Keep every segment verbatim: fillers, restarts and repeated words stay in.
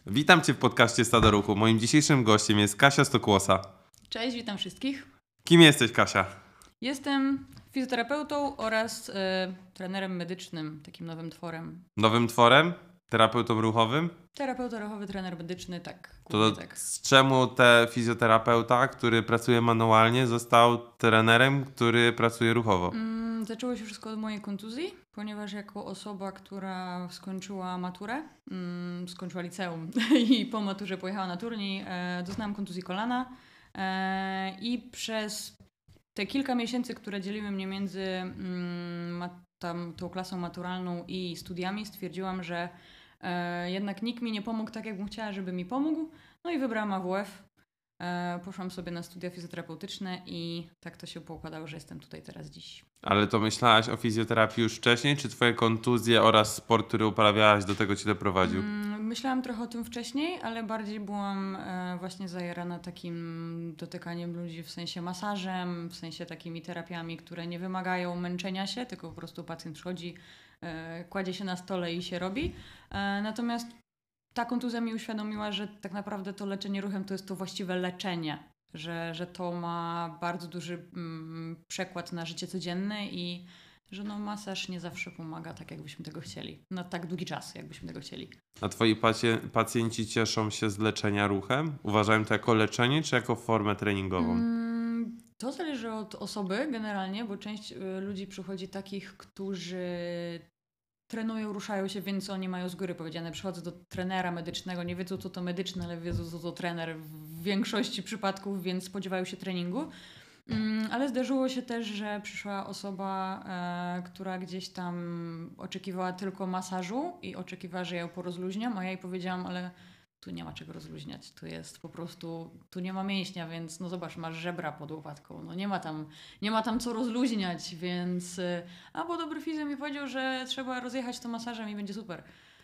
Witam Cię w podcaście Stado Ruchu. Moim dzisiejszym gościem jest Kasia Stokłosa. Cześć, witam wszystkich. Kim jesteś, Kasia? Jestem fizjoterapeutą oraz e, trenerem medycznym, takim nowym tworem. Nowym tworem? Terapeutą ruchowym? Terapeuta ruchowy, trener medyczny, tak. To tak. z czemu te fizjoterapeuta, który pracuje manualnie, został trenerem, który pracuje ruchowo? Mm, zaczęło się wszystko od mojej kontuzji, ponieważ jako osoba, która skończyła maturę, mm, skończyła liceum i po maturze pojechała na turniej, e, doznałam kontuzji kolana e, i przez te kilka miesięcy, które dzieliły mnie między mm, ma, tam, tą klasą maturalną i studiami, stwierdziłam, że e, jednak nikt mi nie pomógł tak, jakbym chciała, żeby mi pomógł. No i wybrałam A W F. E, poszłam sobie na studia fizjoterapeutyczne i tak to się poukładało, że jestem tutaj teraz dziś. Ale to myślałaś o fizjoterapii już wcześniej, czy twoje kontuzje oraz sport, który uprawiałaś, do tego Cię doprowadził? Mm, myślałam trochę o tym wcześniej, ale bardziej byłam e, właśnie zajarana takim dotykaniem ludzi, w sensie masażem, w sensie takimi terapiami, które nie wymagają męczenia się, tylko po prostu pacjent przychodzi, e, kładzie się na stole i się robi. E, natomiast ta kontuzja mi uświadomiła, że tak naprawdę to leczenie ruchem to jest to właściwe leczenie, że, że to ma bardzo duży mm, przekład na życie codzienne i że no masaż nie zawsze pomaga tak, jakbyśmy tego chcieli. Na tak długi czas, jakbyśmy tego chcieli. A twoi pacie, pacjenci cieszą się z leczenia ruchem? Uważają to jako leczenie, czy jako formę treningową? Mm, to zależy od osoby generalnie, bo część y, ludzi przychodzi takich, którzy trenują, ruszają się, więc oni mają z góry powiedziane. Przychodzą do trenera medycznego, nie wiedzą co to medyczne, ale wiedzą co to trener w większości przypadków, więc spodziewają się treningu. Mm, ale zdarzyło się też, że przyszła osoba, e, która gdzieś tam oczekiwała tylko masażu i oczekiwała, że ja ją porozluźniam, a ja jej powiedziałam, ale tu nie ma czego rozluźniać, tu jest po prostu, tu nie ma mięśnia, więc no zobacz, masz żebra pod łopatką, no nie ma tam, nie ma tam co rozluźniać, więc e, a bo dobry fizjo mi powiedział, że trzeba rozjechać to masażem i będzie super.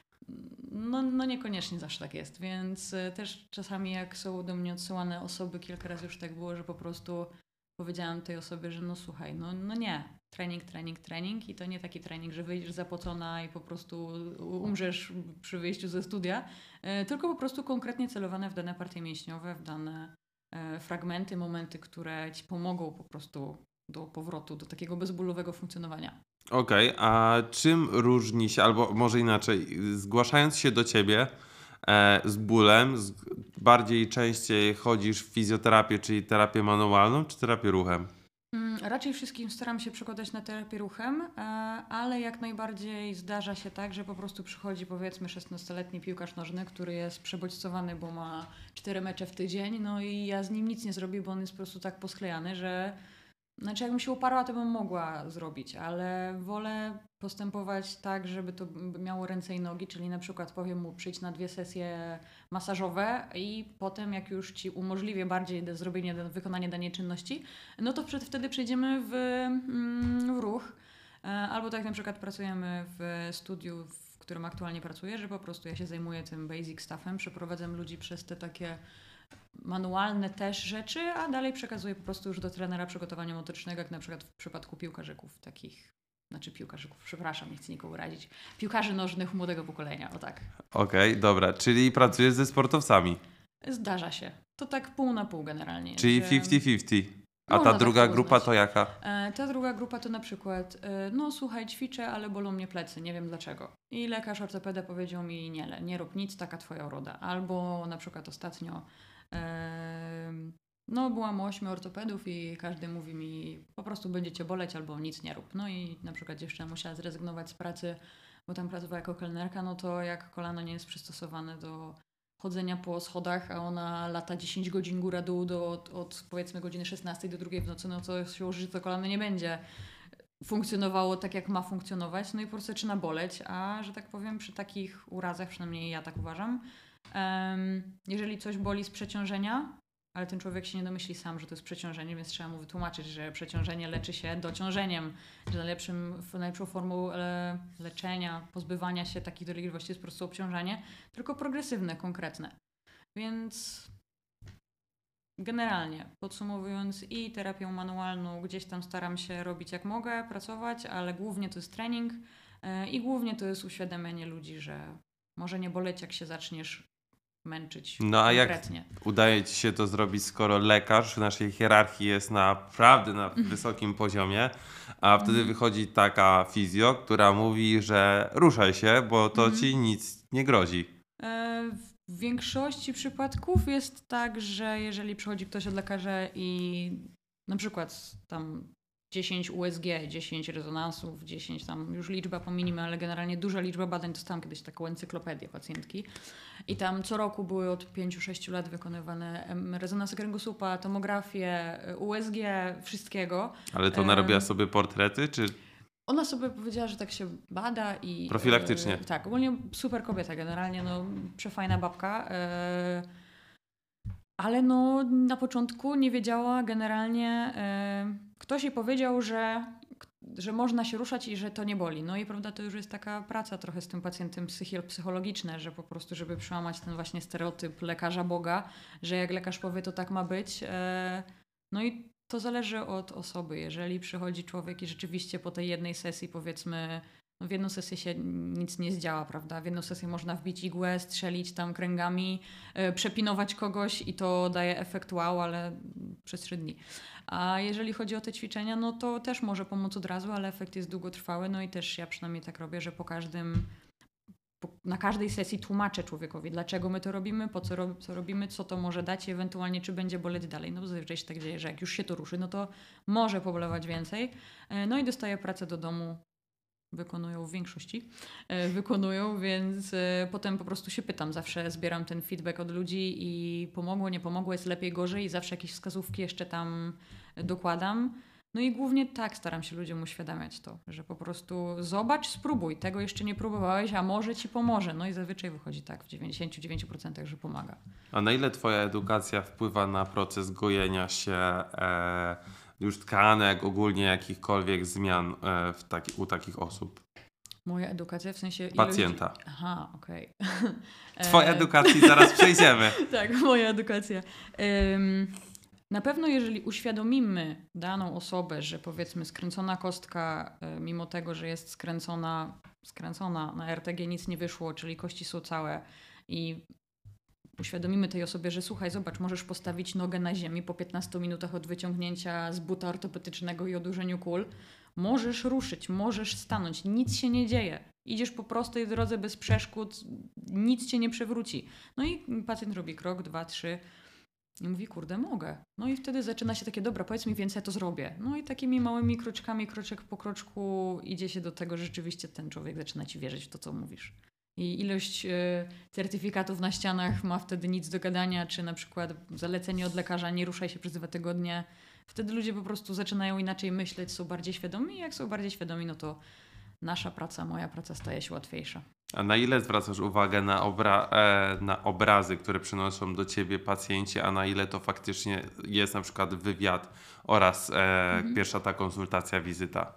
No, no niekoniecznie zawsze tak jest, więc e, też czasami jak są do mnie odsyłane osoby, kilka razy już tak było, że po prostu powiedziałam tej osobie, że no słuchaj, no, no nie, trening, trening, trening i to nie taki trening, że wyjdziesz zapocona i po prostu umrzesz przy wyjściu ze studia, e, tylko po prostu konkretnie celowane w dane partie mięśniowe, w dane e, fragmenty, momenty, które ci pomogą po prostu do powrotu, do takiego bezbólowego funkcjonowania. Okej, okay, a czym różni się, albo może inaczej, zgłaszając się do Ciebie e, z bólem, z, bardziej częściej chodzisz w fizjoterapię, czyli terapię manualną, czy terapię ruchem? Mm, Raczej wszystkim staram się przekładać na terapię ruchem, e, ale jak najbardziej zdarza się tak, że po prostu przychodzi powiedzmy szesnastoletni piłkarz nożny, który jest przebodźcowany, bo ma cztery mecze w tydzień, no i ja z nim nic nie zrobię, bo on jest po prostu tak posklejany, że znaczy jakbym się uparła, to bym mogła zrobić, ale wolę postępować tak, żeby to miało ręce i nogi, czyli na przykład powiem mu przyjdź na dwie sesje masażowe i potem jak już ci umożliwię bardziej zrobienie, wykonanie danej czynności, no to wtedy przejdziemy w, w ruch. Albo tak jak na przykład pracujemy w studiu, w którym aktualnie pracuję, że po prostu ja się zajmuję tym basic stuffem, przeprowadzam ludzi przez te takie manualne też rzeczy, a dalej przekazuję po prostu już do trenera przygotowania motorycznego, jak na przykład w przypadku piłkarzyków takich, znaczy piłkarzyków, przepraszam, nie chcę nikogo urazić, piłkarzy nożnych młodego pokolenia, o tak. Okej, okay, dobra, czyli pracujesz ze sportowcami? Zdarza się. To tak pół na pół generalnie. Czyli pięćdziesiąt pięćdziesiąt. A ta tak druga grupa to jaka? E, ta druga grupa to na przykład, e, no słuchaj, ćwiczę, ale bolą mnie plecy, nie wiem dlaczego. I lekarz ortopeda powiedział mi, nie, nie rób nic, taka twoja uroda. Albo na przykład ostatnio no byłam u ośmiu ortopedów i każdy mówi mi po prostu będzie cię boleć albo nic nie rób. No i na przykład dziewczyna musiała zrezygnować z pracy, bo tam pracowała jako kelnerka, no to jak kolano nie jest przystosowane do chodzenia po schodach, a ona lata dziesięć godzin góra-dół do, od, od powiedzmy godziny szesnastej do drugiej w nocy, no to się użyć, to kolano nie będzie funkcjonowało tak, jak ma funkcjonować, no i po prostu zaczyna boleć, a że tak powiem przy takich urazach, przynajmniej ja tak uważam, um, jeżeli coś boli z przeciążenia, ale ten człowiek się nie domyśli sam, że to jest przeciążenie, więc trzeba mu wytłumaczyć, że przeciążenie leczy się dociążeniem, że najlepszym, najlepszą formą e, leczenia, pozbywania się takich dolegliwości jest po prostu obciążanie, tylko progresywne, konkretne. Więc generalnie, podsumowując, i terapią manualną gdzieś tam staram się robić jak mogę, pracować, ale głównie to jest trening e, i głównie to jest uświadamianie ludzi, że może nie boleć, jak się zaczniesz męczyć No a jak konkretnie. udaje ci się to zrobić, skoro lekarz w naszej hierarchii jest naprawdę na wysokim poziomie, a wtedy Mhm. wychodzi taka fizjo, która mówi, że ruszaj się, bo to Mhm. ci nic nie grozi. E, W większości przypadków jest tak, że jeżeli przychodzi ktoś od lekarza i na przykład tam dziesięć U S G, dziesięć rezonansów, dziesięć tam już liczba pominimy, ale generalnie duża liczba badań, dostałam kiedyś taką encyklopedię pacjentki i tam co roku były od pięciu sześciu lat wykonywane em, rezonansy kręgosłupa, tomografie, U S G, wszystkiego. Ale to ona robiła Em, sobie portrety, czy Ona sobie powiedziała, że tak się bada i... Profilaktycznie. E, tak, ogólnie super kobieta generalnie, no przefajna babka. E, ale no na początku nie wiedziała generalnie... E, ktoś jej powiedział, że, że można się ruszać i że to nie boli. No i prawda, to już jest taka praca trochę z tym pacjentem psychi- psychologiczna, że po prostu, żeby przełamać ten właśnie stereotyp lekarza Boga, że jak lekarz powie, to tak ma być. E, no i to zależy od osoby. Jeżeli przychodzi człowiek i rzeczywiście po tej jednej sesji, powiedzmy, no w jedną sesję się nic nie zdziała, prawda? W jedną sesję można wbić igłę, strzelić tam kręgami, yy, przepinować kogoś i to daje efekt wow, ale przez trzy dni. A jeżeli chodzi o te ćwiczenia, no to też może pomóc od razu, ale efekt jest długotrwały. No i też ja przynajmniej tak robię, że po każdym na każdej sesji tłumaczę człowiekowi, dlaczego my to robimy, po co, ro- co robimy, co to może dać i ewentualnie czy będzie boleć dalej. No bo zazwyczaj się tak dzieje, że jak już się to ruszy, no to może pobolewać więcej. E, No i dostaję pracę do domu, wykonują w większości, e, wykonują, więc e, potem po prostu się pytam, zawsze zbieram ten feedback od ludzi i pomogło, nie pomogło, jest lepiej, gorzej i zawsze jakieś wskazówki jeszcze tam dokładam. No i głównie tak staram się ludziom uświadamiać to, że po prostu zobacz, spróbuj, tego jeszcze nie próbowałeś, a może ci pomoże. No i zazwyczaj wychodzi tak w dziewięćdziesiąt dziewięć procent, że pomaga. a na ile twoja edukacja wpływa na proces gojenia się e, już tkanek, ogólnie jakichkolwiek zmian e, w taki, u takich osób? Moja edukacja w sensie... ilość- Pacjenta. Aha, okej. Twoja E, edukacji zaraz przejdziemy. Tak, moja edukacja. Ym, na pewno jeżeli uświadomimy daną osobę, że powiedzmy skręcona kostka, y, mimo tego, że jest skręcona, skręcona na R T G nic nie wyszło, czyli kości są całe i uświadomimy tej osobie, że słuchaj, zobacz, możesz postawić nogę na ziemi po piętnastu minutach od wyciągnięcia z buta ortopedycznego i odłożeniu kul. Możesz ruszyć, możesz stanąć, nic się nie dzieje. Idziesz po prostej drodze bez przeszkód, nic cię nie przewróci. No i pacjent robi krok, dwa, trzy i mówi, kurde, mogę. No i wtedy zaczyna się takie, dobra, powiedz mi więcej, ja to zrobię. No i takimi małymi kroczkami, kroczek po kroczku idzie się do tego, że rzeczywiście ten człowiek zaczyna ci wierzyć w to, co mówisz. I ilość y, certyfikatów na ścianach ma wtedy nic do gadania, czy na przykład zalecenie od lekarza, nie ruszaj się przez dwa tygodnie. Wtedy ludzie po prostu zaczynają inaczej myśleć, są bardziej świadomi i jak są bardziej świadomi, no to nasza praca, moja praca staje się łatwiejsza. A na ile zwracasz uwagę na, obra- e, na obrazy, które przynoszą do ciebie pacjenci, a na ile to faktycznie jest na przykład wywiad oraz e, Mhm. pierwsza ta konsultacja, wizyta?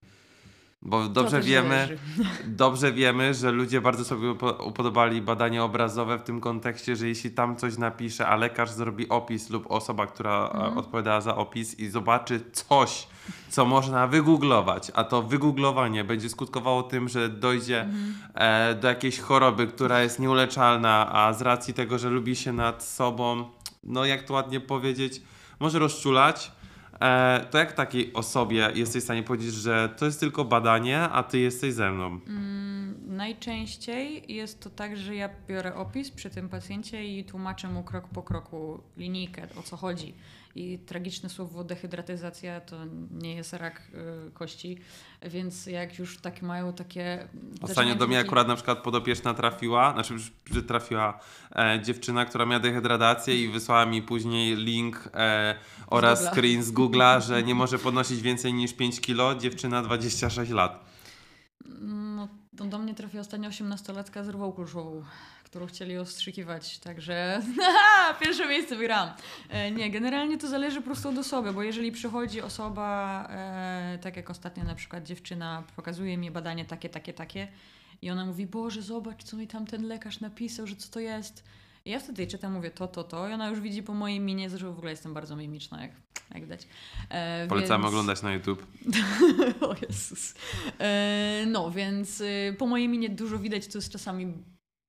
Bo To dobrze też wiemy, zależy. dobrze wiemy, że ludzie bardzo sobie upo- upodobali badania obrazowe w tym kontekście, że jeśli tam coś napisze, a lekarz zrobi opis lub osoba, która e, Mhm. odpowiada za opis i zobaczy coś, co można wygooglować, a to wygooglowanie będzie skutkowało tym, że dojdzie Mhm. e, do jakiejś choroby, która jest nieuleczalna, a z racji tego, że lubi się nad sobą, no jak to ładnie powiedzieć, może rozczulać, e, to jak takiej osobie jesteś w stanie powiedzieć, że to jest tylko badanie, a ty jesteś ze mną? Mm, najczęściej jest to tak, że ja biorę opis przy tym pacjencie i tłumaczę mu krok po kroku linijkę, o co chodzi. I tragiczne słowo dehydratyzacja to nie jest rak y, kości, więc jak już tak mają takie... Ostatnio zaczynają do się mnie taki- akurat na przykład podopieczna trafiła, znaczy że trafiła e, dziewczyna, która miała dehydratację i wysłała mi później link e, oraz Google'a. screen z Google'a, że nie może podnosić więcej niż pięć kilo, dziewczyna dwadzieścia sześć lat. No, to do mnie trafiła ostatnio osiemnastolatka z rwą kulszową, którą chcieli ostrzykiwać, także pierwsze miejsce wygrałam. E, nie, generalnie to zależy po prostu od osoby, bo jeżeli przychodzi osoba, e, tak jak ostatnio na przykład dziewczyna pokazuje mi badanie takie, takie, takie i ona mówi, Boże, zobacz, co mi tam ten lekarz napisał, że co to jest. I ja wtedy jej czytam, mówię to, to, to i ona już widzi po mojej minie, że w ogóle jestem bardzo mimiczna, jak, jak widać. E, Polecamy więc... oglądać na YouTube. O Jezus. E, no, więc y, po mojej minie dużo widać, co jest czasami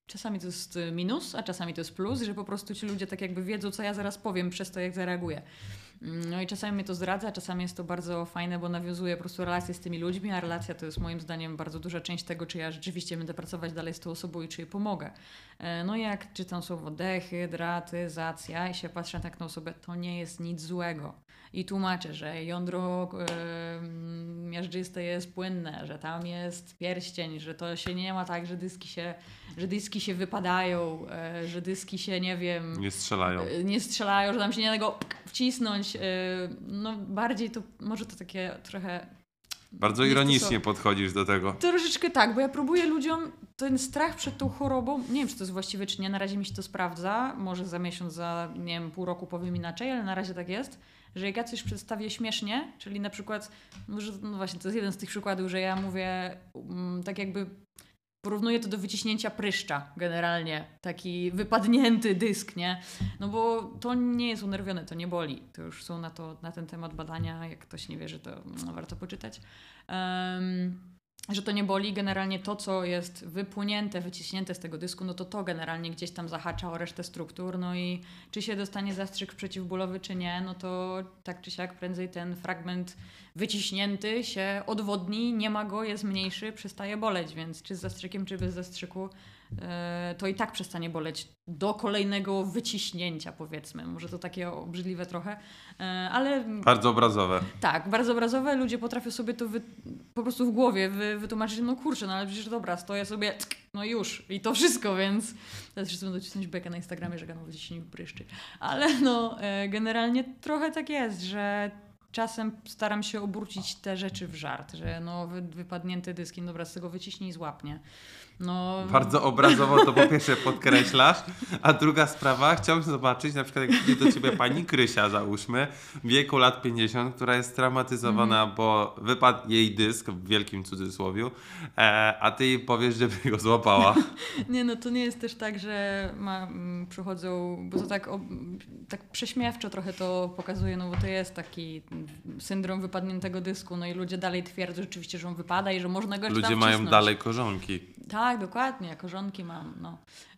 czasami to jest minus, a czasami to jest plus, że po prostu ci ludzie tak jakby wiedzą, co ja zaraz powiem przez to, jak zareaguję. No i czasami mnie to zdradza, a czasami jest to bardzo fajne, bo nawiązuje po prostu relacje z tymi ludźmi, a relacja to jest moim zdaniem bardzo duża część tego, czy ja rzeczywiście będę pracować dalej z tą osobą i czy jej pomogę. No i jak czytam słowo dehydratyzacja i się patrzę na taką osobę, to nie jest nic złego. I tłumaczę, że jądro yy, miażdżyste jest płynne, że tam jest pierścień, że to się nie ma tak, że dyski się, że dyski się wypadają, yy, że dyski się, nie wiem... Nie strzelają. Yy, nie strzelają, że tam się nie da go wcisnąć. Yy, no bardziej to, może to takie trochę... Bardzo ironicznie podchodzisz do tego. Troszeczkę tak, bo ja próbuję ludziom ten strach przed tą chorobą, nie wiem, czy to jest właściwe, czy nie, na razie mi się to sprawdza, może za miesiąc, za, nie wiem, pół roku powiem inaczej, ale na razie tak jest, że jak ja coś przedstawię śmiesznie, czyli na przykład, może, no właśnie, to jest jeden z tych przykładów, że ja mówię um, tak jakby porównuję to do wyciśnięcia pryszcza generalnie, taki wypadnięty dysk, nie? No bo to nie jest unerwione, to nie boli. To już są na, to, na ten temat badania, jak ktoś nie wierzy, to no, warto poczytać. Um, że to nie boli, generalnie to, co jest wypłynięte, wyciśnięte z tego dysku, no to to generalnie gdzieś tam zahacza o resztę struktur, no i czy się dostanie zastrzyk przeciwbólowy, czy nie, no to tak czy siak prędzej ten fragment wyciśnięty się odwodni, nie ma go, jest mniejszy, przestaje boleć, więc czy z zastrzykiem, czy bez zastrzyku, yy, to i tak przestanie boleć do kolejnego wyciśnięcia, powiedzmy. Może to takie obrzydliwe trochę, yy, ale... Bardzo obrazowe. Tak, bardzo obrazowe. Ludzie potrafią sobie to wy, po prostu w głowie wy, wytłumaczyć, no kurczę, no ale przecież dobra, stoję sobie, no już i to wszystko, więc teraz wszyscy będą cisnąć bekę na Instagramie, że gadam o wyciśnieniu pryszczy. Ale no, yy, generalnie trochę tak jest, że czasem staram się obrócić te rzeczy w żart, że no wy, wypadnięte dyski, dobra, z tego wyciśnij i złap, nie? No... Bardzo obrazowo to po pierwsze podkreślasz, a druga sprawa, chciałbym zobaczyć, na przykład jak idzie do ciebie pani Krysia, załóżmy, w wieku lat pięćdziesiąt, która jest traumatyzowana, mm-hmm. bo wypadł jej dysk, w wielkim cudzysłowiu, e, a ty jej powiesz, żeby go złapała. Nie, no to nie jest też tak, że ma, m, przychodzą, bo to tak, o, tak prześmiewczo trochę to pokazuje, no bo to jest taki syndrom wypadniętego dysku, no i ludzie dalej twierdzą rzeczywiście, że on wypada i że można go Ludzie tam mają wcisnąć. dalej korzonki. Tak, dokładnie, korzonki mam, no.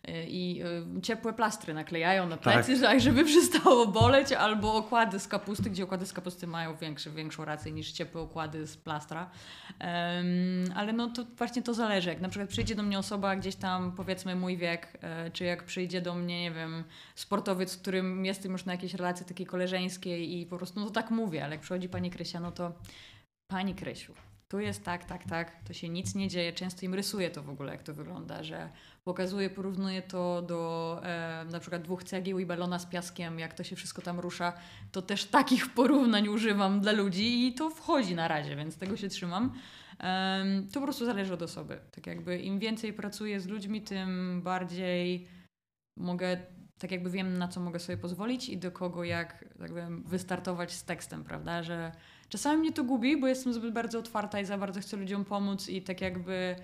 I y, ciepłe plastry naklejają na plecy, tak. żeby przestało boleć, albo okłady z kapusty, gdzie okłady z kapusty mają większy, większą rację niż ciepłe okłady z plastra. Um, ale no to właśnie to zależy. Jak na przykład przyjdzie do mnie osoba gdzieś tam, powiedzmy mój wiek, y, czy jak przyjdzie do mnie, nie wiem, sportowiec, z którym jestem już na jakiejś relacji takiej koleżeńskiej i po prostu, no to tak mówię, ale jak przychodzi pani Krysia, no to pani Krysiu, tu jest tak, tak, tak, to się nic nie dzieje. Często im rysuję to w ogóle, jak to wygląda, że pokazuję, porównuję to do e, na przykład dwóch cegieł i balona z piaskiem, jak to się wszystko tam rusza, to też takich porównań używam dla ludzi i to wchodzi na razie, więc tego się trzymam. E, to po prostu zależy od osoby. Tak jakby im więcej pracuję z ludźmi, tym bardziej mogę, tak jakby wiem, na co mogę sobie pozwolić i do kogo jak, tak powiem, wystartować z tekstem, prawda, że czasami mnie to gubi, bo jestem zbyt bardzo otwarta i za bardzo chcę ludziom pomóc i tak jakby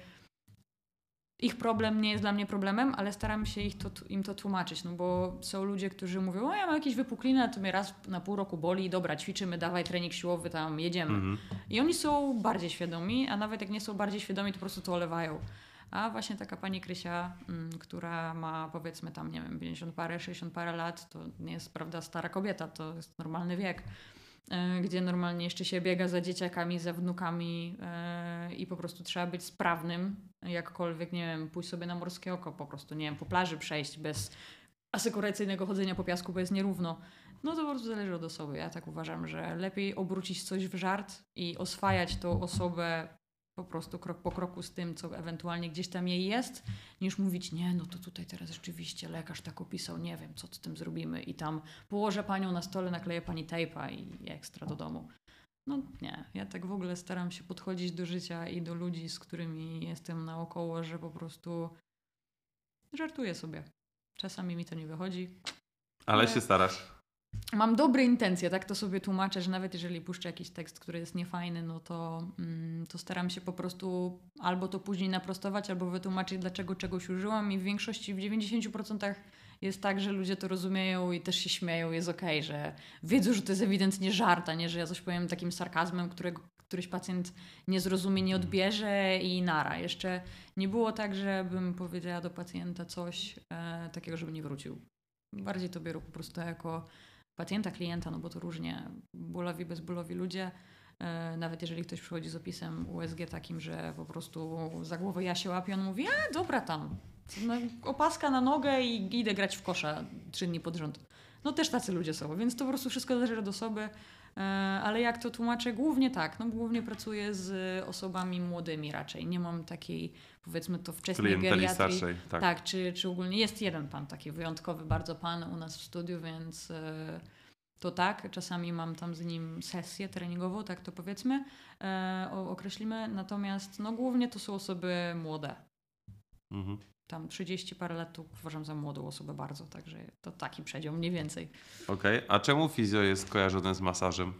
ich problem nie jest dla mnie problemem, ale staram się ich to, im to tłumaczyć, no bo są ludzie, którzy mówią, o ja mam jakieś wypukliny, a to mnie raz na pół roku boli, dobra, ćwiczymy, dawaj trening siłowy, tam jedziemy. Mhm. I oni są bardziej świadomi, a nawet jak nie są bardziej świadomi, to po prostu to olewają. A właśnie taka pani Krysia, m, która ma powiedzmy tam, nie wiem, pięćdziesiąt parę, sześćdziesiąt parę lat, to nie jest, prawda, stara kobieta, to jest normalny wiek, y, gdzie normalnie jeszcze się biega za dzieciakami, za wnukami y, i po prostu trzeba być sprawnym, jakkolwiek, nie wiem, pójść sobie na morskie oko, po prostu, nie wiem, po plaży przejść bez asekuracyjnego chodzenia po piasku, bo jest nierówno. No to po prostu zależy od osoby. Ja tak uważam, że lepiej obrócić coś w żart i oswajać tą osobę po prostu krok po kroku z tym, co ewentualnie gdzieś tam jej jest, niż mówić, nie, no to tutaj teraz rzeczywiście lekarz tak opisał, nie wiem, co z tym zrobimy i tam położę panią na stole, nakleję pani tejpa i ekstra do domu. No nie, ja tak w ogóle staram się podchodzić do życia i do ludzi, z którymi jestem naokoło, że po prostu żartuję sobie. Czasami mi to nie wychodzi. Ale, ale się starasz. Mam dobre intencje, tak to sobie tłumaczę, że nawet jeżeli puszczę jakiś tekst, który jest niefajny, no to, mm, to staram się po prostu albo to później naprostować, albo wytłumaczyć, dlaczego czegoś użyłam i w większości, w dziewięćdziesięciu procentach jest tak, że ludzie to rozumieją i też się śmieją, jest okej, że wiedzą, że to jest ewidentnie żart, a nie, że ja coś powiem takim sarkazmem, którego któryś pacjent nie zrozumie, nie odbierze i nara. Jeszcze nie było tak, żebym powiedziała do pacjenta coś e, takiego, żeby nie wrócił. Bardziej to biorę po prostu jako pacjenta, klienta, no bo to różnie bólowi, bezbólowi ludzie. E, nawet jeżeli ktoś przychodzi z opisem U S G takim, że po prostu za głowę ja się łapię, on mówi, a dobra tam, no, opaska na nogę i idę grać w kosza trzy dni pod rząd. No też tacy ludzie są, więc to po prostu wszystko zależy od osoby. Ale jak to tłumaczę? Głównie tak. No, głównie pracuję z osobami młodymi raczej. Nie mam takiej, powiedzmy to wczesnej Klienteli geriatrii. starszej, tak. Tak, czy, czy ogólnie jest jeden pan taki wyjątkowy bardzo pan u nas w studiu, więc e, to tak. Czasami mam tam z nim sesję treningową, tak to powiedzmy, e, określimy. Natomiast no, głównie to są osoby młode. Mhm. Tam trzydzieści parę lat to uważam za młodą osobę bardzo, także to taki przedział mniej więcej. Okej, okay. A czemu fizjo jest kojarzone z masażem?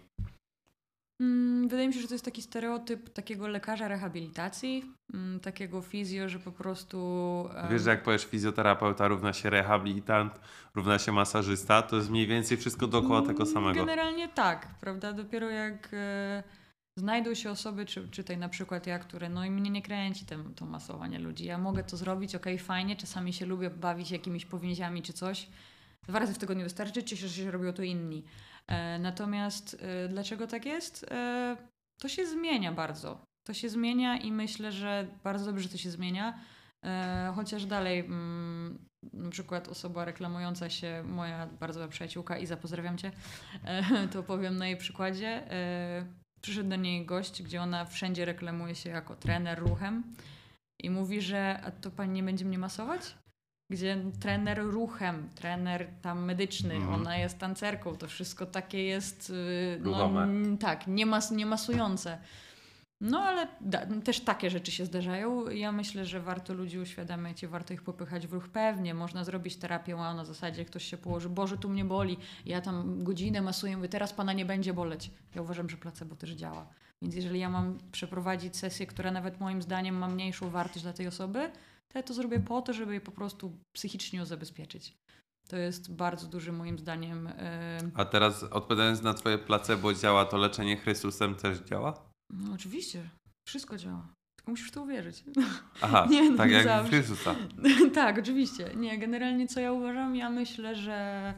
Hmm, wydaje mi się, że to jest taki stereotyp takiego lekarza rehabilitacji, hmm, takiego fizjo, że po prostu... Um... Wiesz, że jak powiesz fizjoterapeuta równa się rehabilitant, równa się masażysta, to jest mniej więcej wszystko dookoła tego samego. Generalnie tak, prawda? Dopiero jak e, znajdą się osoby, czy, czy tutaj na przykład ja, które, no i mnie nie kręci tem, to masowanie ludzi. Ja mogę to zrobić, okej, okay, fajnie, czasami się lubię bawić jakimiś powięziami czy coś. Dwa razy w tygodniu wystarczy, cieszę się, że się robią to inni. E, natomiast e, dlaczego tak jest? E, to się zmienia bardzo. To się zmienia i myślę, że bardzo dobrze, że to się zmienia. E, chociaż dalej mm, na przykład osoba reklamująca się, moja bardzo dobra przyjaciółka Iza, pozdrawiam cię, e, to powiem na jej przykładzie. E, przyszedł do niej gość, gdzie ona wszędzie reklamuje się jako trener ruchem i mówi, że a to pani nie będzie mnie masować? Gdzie trener ruchem, trener tam medyczny, mm. ona jest tancerką, to wszystko takie jest no, tak, nie, mas, nie masujące. No ale da, też takie rzeczy się zdarzają. Ja myślę, że warto ludzi uświadamiać i warto ich popychać w ruch. Pewnie można zrobić terapię wow, na zasadzie ktoś się położy, Boże, tu mnie boli, ja tam godzinę masuję, mówię, teraz pana nie będzie boleć. Ja uważam, że placebo też działa. Więc jeżeli ja mam przeprowadzić sesję, która nawet moim zdaniem ma mniejszą wartość dla tej osoby, to ja to zrobię po to, żeby je po prostu psychicznie ją zabezpieczyć. To jest bardzo duży moim zdaniem... Yy... A teraz odpowiadając na twoje placebo, działa to leczenie Chrystusem też działa? No oczywiście. Wszystko działa. Tylko musisz w to uwierzyć. Aha, nie, no, tak jak zawsze. W Chrystusa. Tak, oczywiście. Nie, generalnie co ja uważam? Ja myślę, że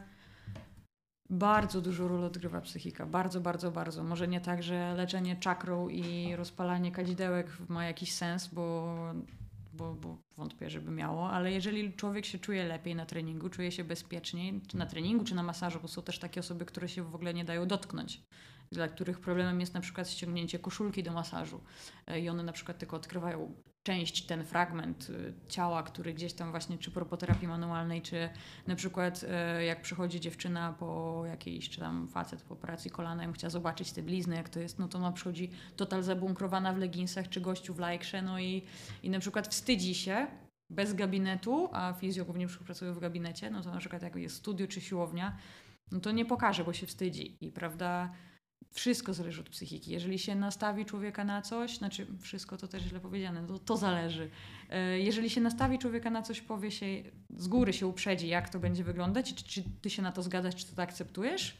bardzo dużą rolę odgrywa psychika. Bardzo, bardzo, bardzo. Może nie tak, że leczenie czakrą i rozpalanie kadzidełek ma jakiś sens, bo... Bo, bo wątpię, żeby miało, ale jeżeli człowiek się czuje lepiej na treningu, czuje się bezpieczniej, czy na treningu, czy na masażu, bo są też takie osoby, które się w ogóle nie dają dotknąć, dla których problemem jest na przykład ściągnięcie koszulki do masażu i one na przykład tylko odkrywają część, ten fragment ciała, który gdzieś tam właśnie, czy po terapii manualnej, czy na przykład jak przychodzi dziewczyna po jakiejś, czy tam facet po operacji kolana, ja chciała zobaczyć te blizny, jak to jest, no to ona przychodzi total zabunkrowana w leginsach, czy gościu w lajkrze, no i, i na przykład wstydzi się bez gabinetu, a fizjo głównie pracują w gabinecie, no to na przykład jak jest studio czy siłownia, no to nie pokaże, bo się wstydzi i prawda, wszystko zależy od psychiki. Jeżeli się nastawi człowieka na coś, znaczy wszystko to też źle powiedziane, to, to zależy. Jeżeli się nastawi człowieka na coś, powie się, z góry się uprzedzi, jak to będzie wyglądać, czy, czy ty się na to zgadzasz, czy ty to akceptujesz,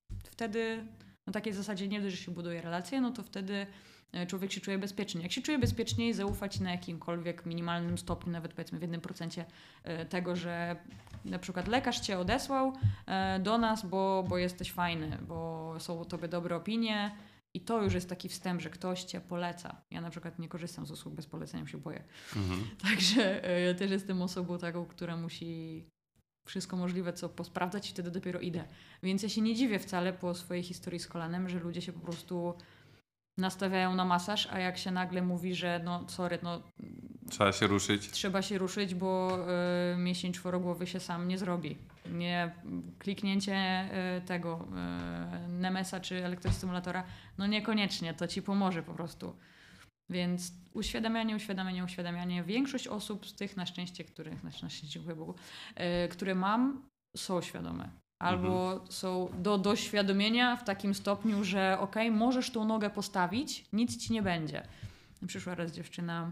wtedy na takiej zasadzie nie dość, że się buduje relacje, no to wtedy człowiek się czuje bezpiecznie. Jak się czuje bezpieczniej, zaufać na jakimkolwiek minimalnym stopniu, nawet powiedzmy w jednym procencie tego, że na przykład lekarz cię odesłał do nas, bo, bo jesteś fajny, bo są u tobie dobre opinie i to już jest taki wstęp, że ktoś cię poleca. Ja na przykład nie korzystam z usług bez polecenia, się boję. Mhm. Także ja też jestem osobą taką, która musi wszystko możliwe, co posprawdzać i wtedy dopiero idę. Więc ja się nie dziwię wcale po swojej historii z kolanem, że ludzie się po prostu nastawiają na masaż, a jak się nagle mówi, że no sorry, no trzeba się ruszyć. Trzeba się ruszyć, bo y, mięsień czworogłowy się sam nie zrobi. Nie, kliknięcie y, tego y, Nemesa czy elektrostymulatora, no niekoniecznie, to ci pomoże po prostu. Więc uświadamianie, uświadamianie, uświadamianie. Większość osób z tych na szczęście, których, na szczęście dziękuję Bogu, y, które mam, są świadome. Albo mhm. są do doświadomienia w takim stopniu, że okej, okay, możesz tą nogę postawić, nic ci nie będzie. Przyszła raz dziewczyna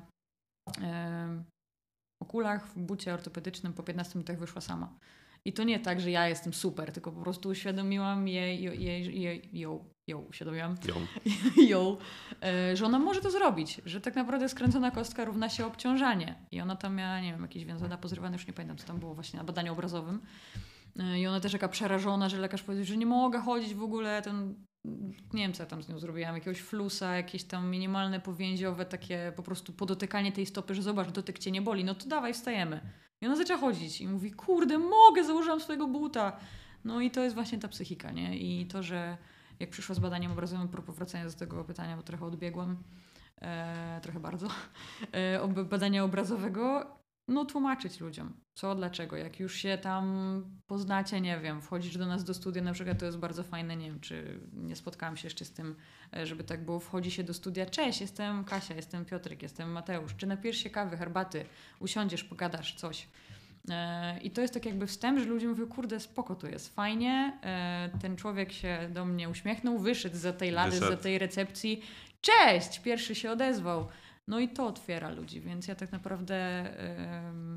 e, w okulach, w bucie ortopedycznym, po piętnastu minutach wyszła sama. I to nie tak, że ja jestem super, tylko po prostu uświadomiłam jej, jej, jej, ją, ją uświadomiłam, Ją. ją, e, że ona może to zrobić, że tak naprawdę skręcona kostka równa się obciążanie. I ona tam miała, nie wiem, jakieś wiązania pozrywane, już nie pamiętam, co tam było właśnie na badaniu obrazowym. E, I ona też taka przerażona, że lekarz powiedział, że nie mogę chodzić w ogóle, ten, nie wiem, co ja tam z nią zrobiłam, jakiegoś flusa, jakieś tam minimalne powięziowe, takie po prostu podotykanie tej stopy, że zobacz, dotyk cię nie boli, no to dawaj, wstajemy. I ona zaczęła chodzić i mówi, kurde, mogę, założyłam swojego buta. No i to jest właśnie ta psychika, nie? I to, że jak przyszła z badaniem obrazowym, propos wracania do tego pytania, bo trochę odbiegłam, e, trochę bardzo, e, ob- badania obrazowego, no tłumaczyć ludziom, co, dlaczego. Jak już się tam poznacie, nie wiem, wchodzisz do nas do studia, na przykład to jest bardzo fajne, nie wiem, czy nie spotkałam się jeszcze z tym, e, żeby tak było, wchodzi się do studia, cześć, jestem Kasia, jestem Piotrek, jestem Mateusz, czy napijesz się kawy, herbaty, usiądziesz, pogadasz, coś. E, I to jest tak jakby wstęp, że ludzie mówią, kurde, spoko, to jest fajnie, e, ten człowiek się do mnie uśmiechnął, wyszedł za tej lady, Wyszedł. za tej recepcji, cześć, pierwszy się odezwał. No i to otwiera ludzi, więc ja tak naprawdę em,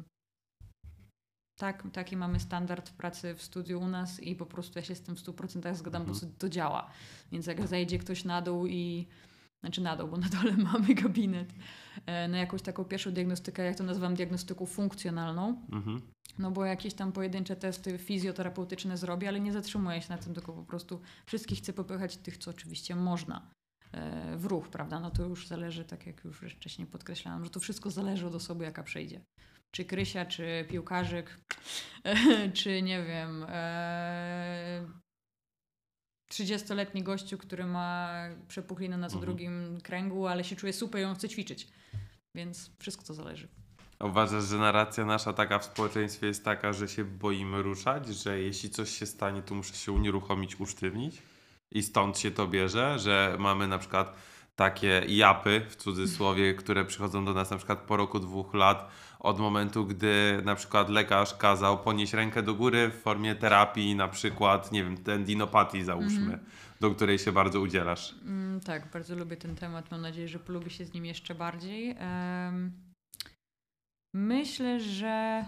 tak, taki mamy standard pracy w studiu u nas i po prostu ja się z tym w stu procentach zgadzam, bo Mhm. to, to działa. Więc jak zajdzie ktoś na dół i znaczy na dół, bo na dole mamy gabinet, e, na jakąś taką pierwszą diagnostykę, jak to nazywam, diagnostyką funkcjonalną, Mhm. no bo jakieś tam pojedyncze testy fizjoterapeutyczne zrobię, ale nie zatrzymuję się na tym, tylko po prostu wszystkich chcę popychać tych, co oczywiście można e, w ruch, prawda? No to już zależy, tak jak już wcześniej podkreślałam, że to wszystko zależy od osoby, jaka przejdzie. Czy Krysia, czy piłkarzyk, czy nie wiem, e, trzydziestoletni gościu, który ma przepuklinę na co Mhm. drugim kręgu, ale się czuje super i on chce ćwiczyć. Więc wszystko to zależy. A uważasz, że narracja nasza taka w społeczeństwie jest taka, że się boimy ruszać, że jeśli coś się stanie, to muszę się unieruchomić, usztywnić? I stąd się to bierze, że mamy na przykład takie japy, w cudzysłowie, które przychodzą do nas na przykład po roku, dwóch lat, od momentu, gdy na przykład lekarz kazał podnieść rękę do góry w formie terapii, na przykład, nie wiem, tendinopatii załóżmy, Mhm. do której się bardzo udzielasz. Mm, tak, bardzo lubię ten temat. Mam nadzieję, że polubię się z nim jeszcze bardziej. Em, myślę, że.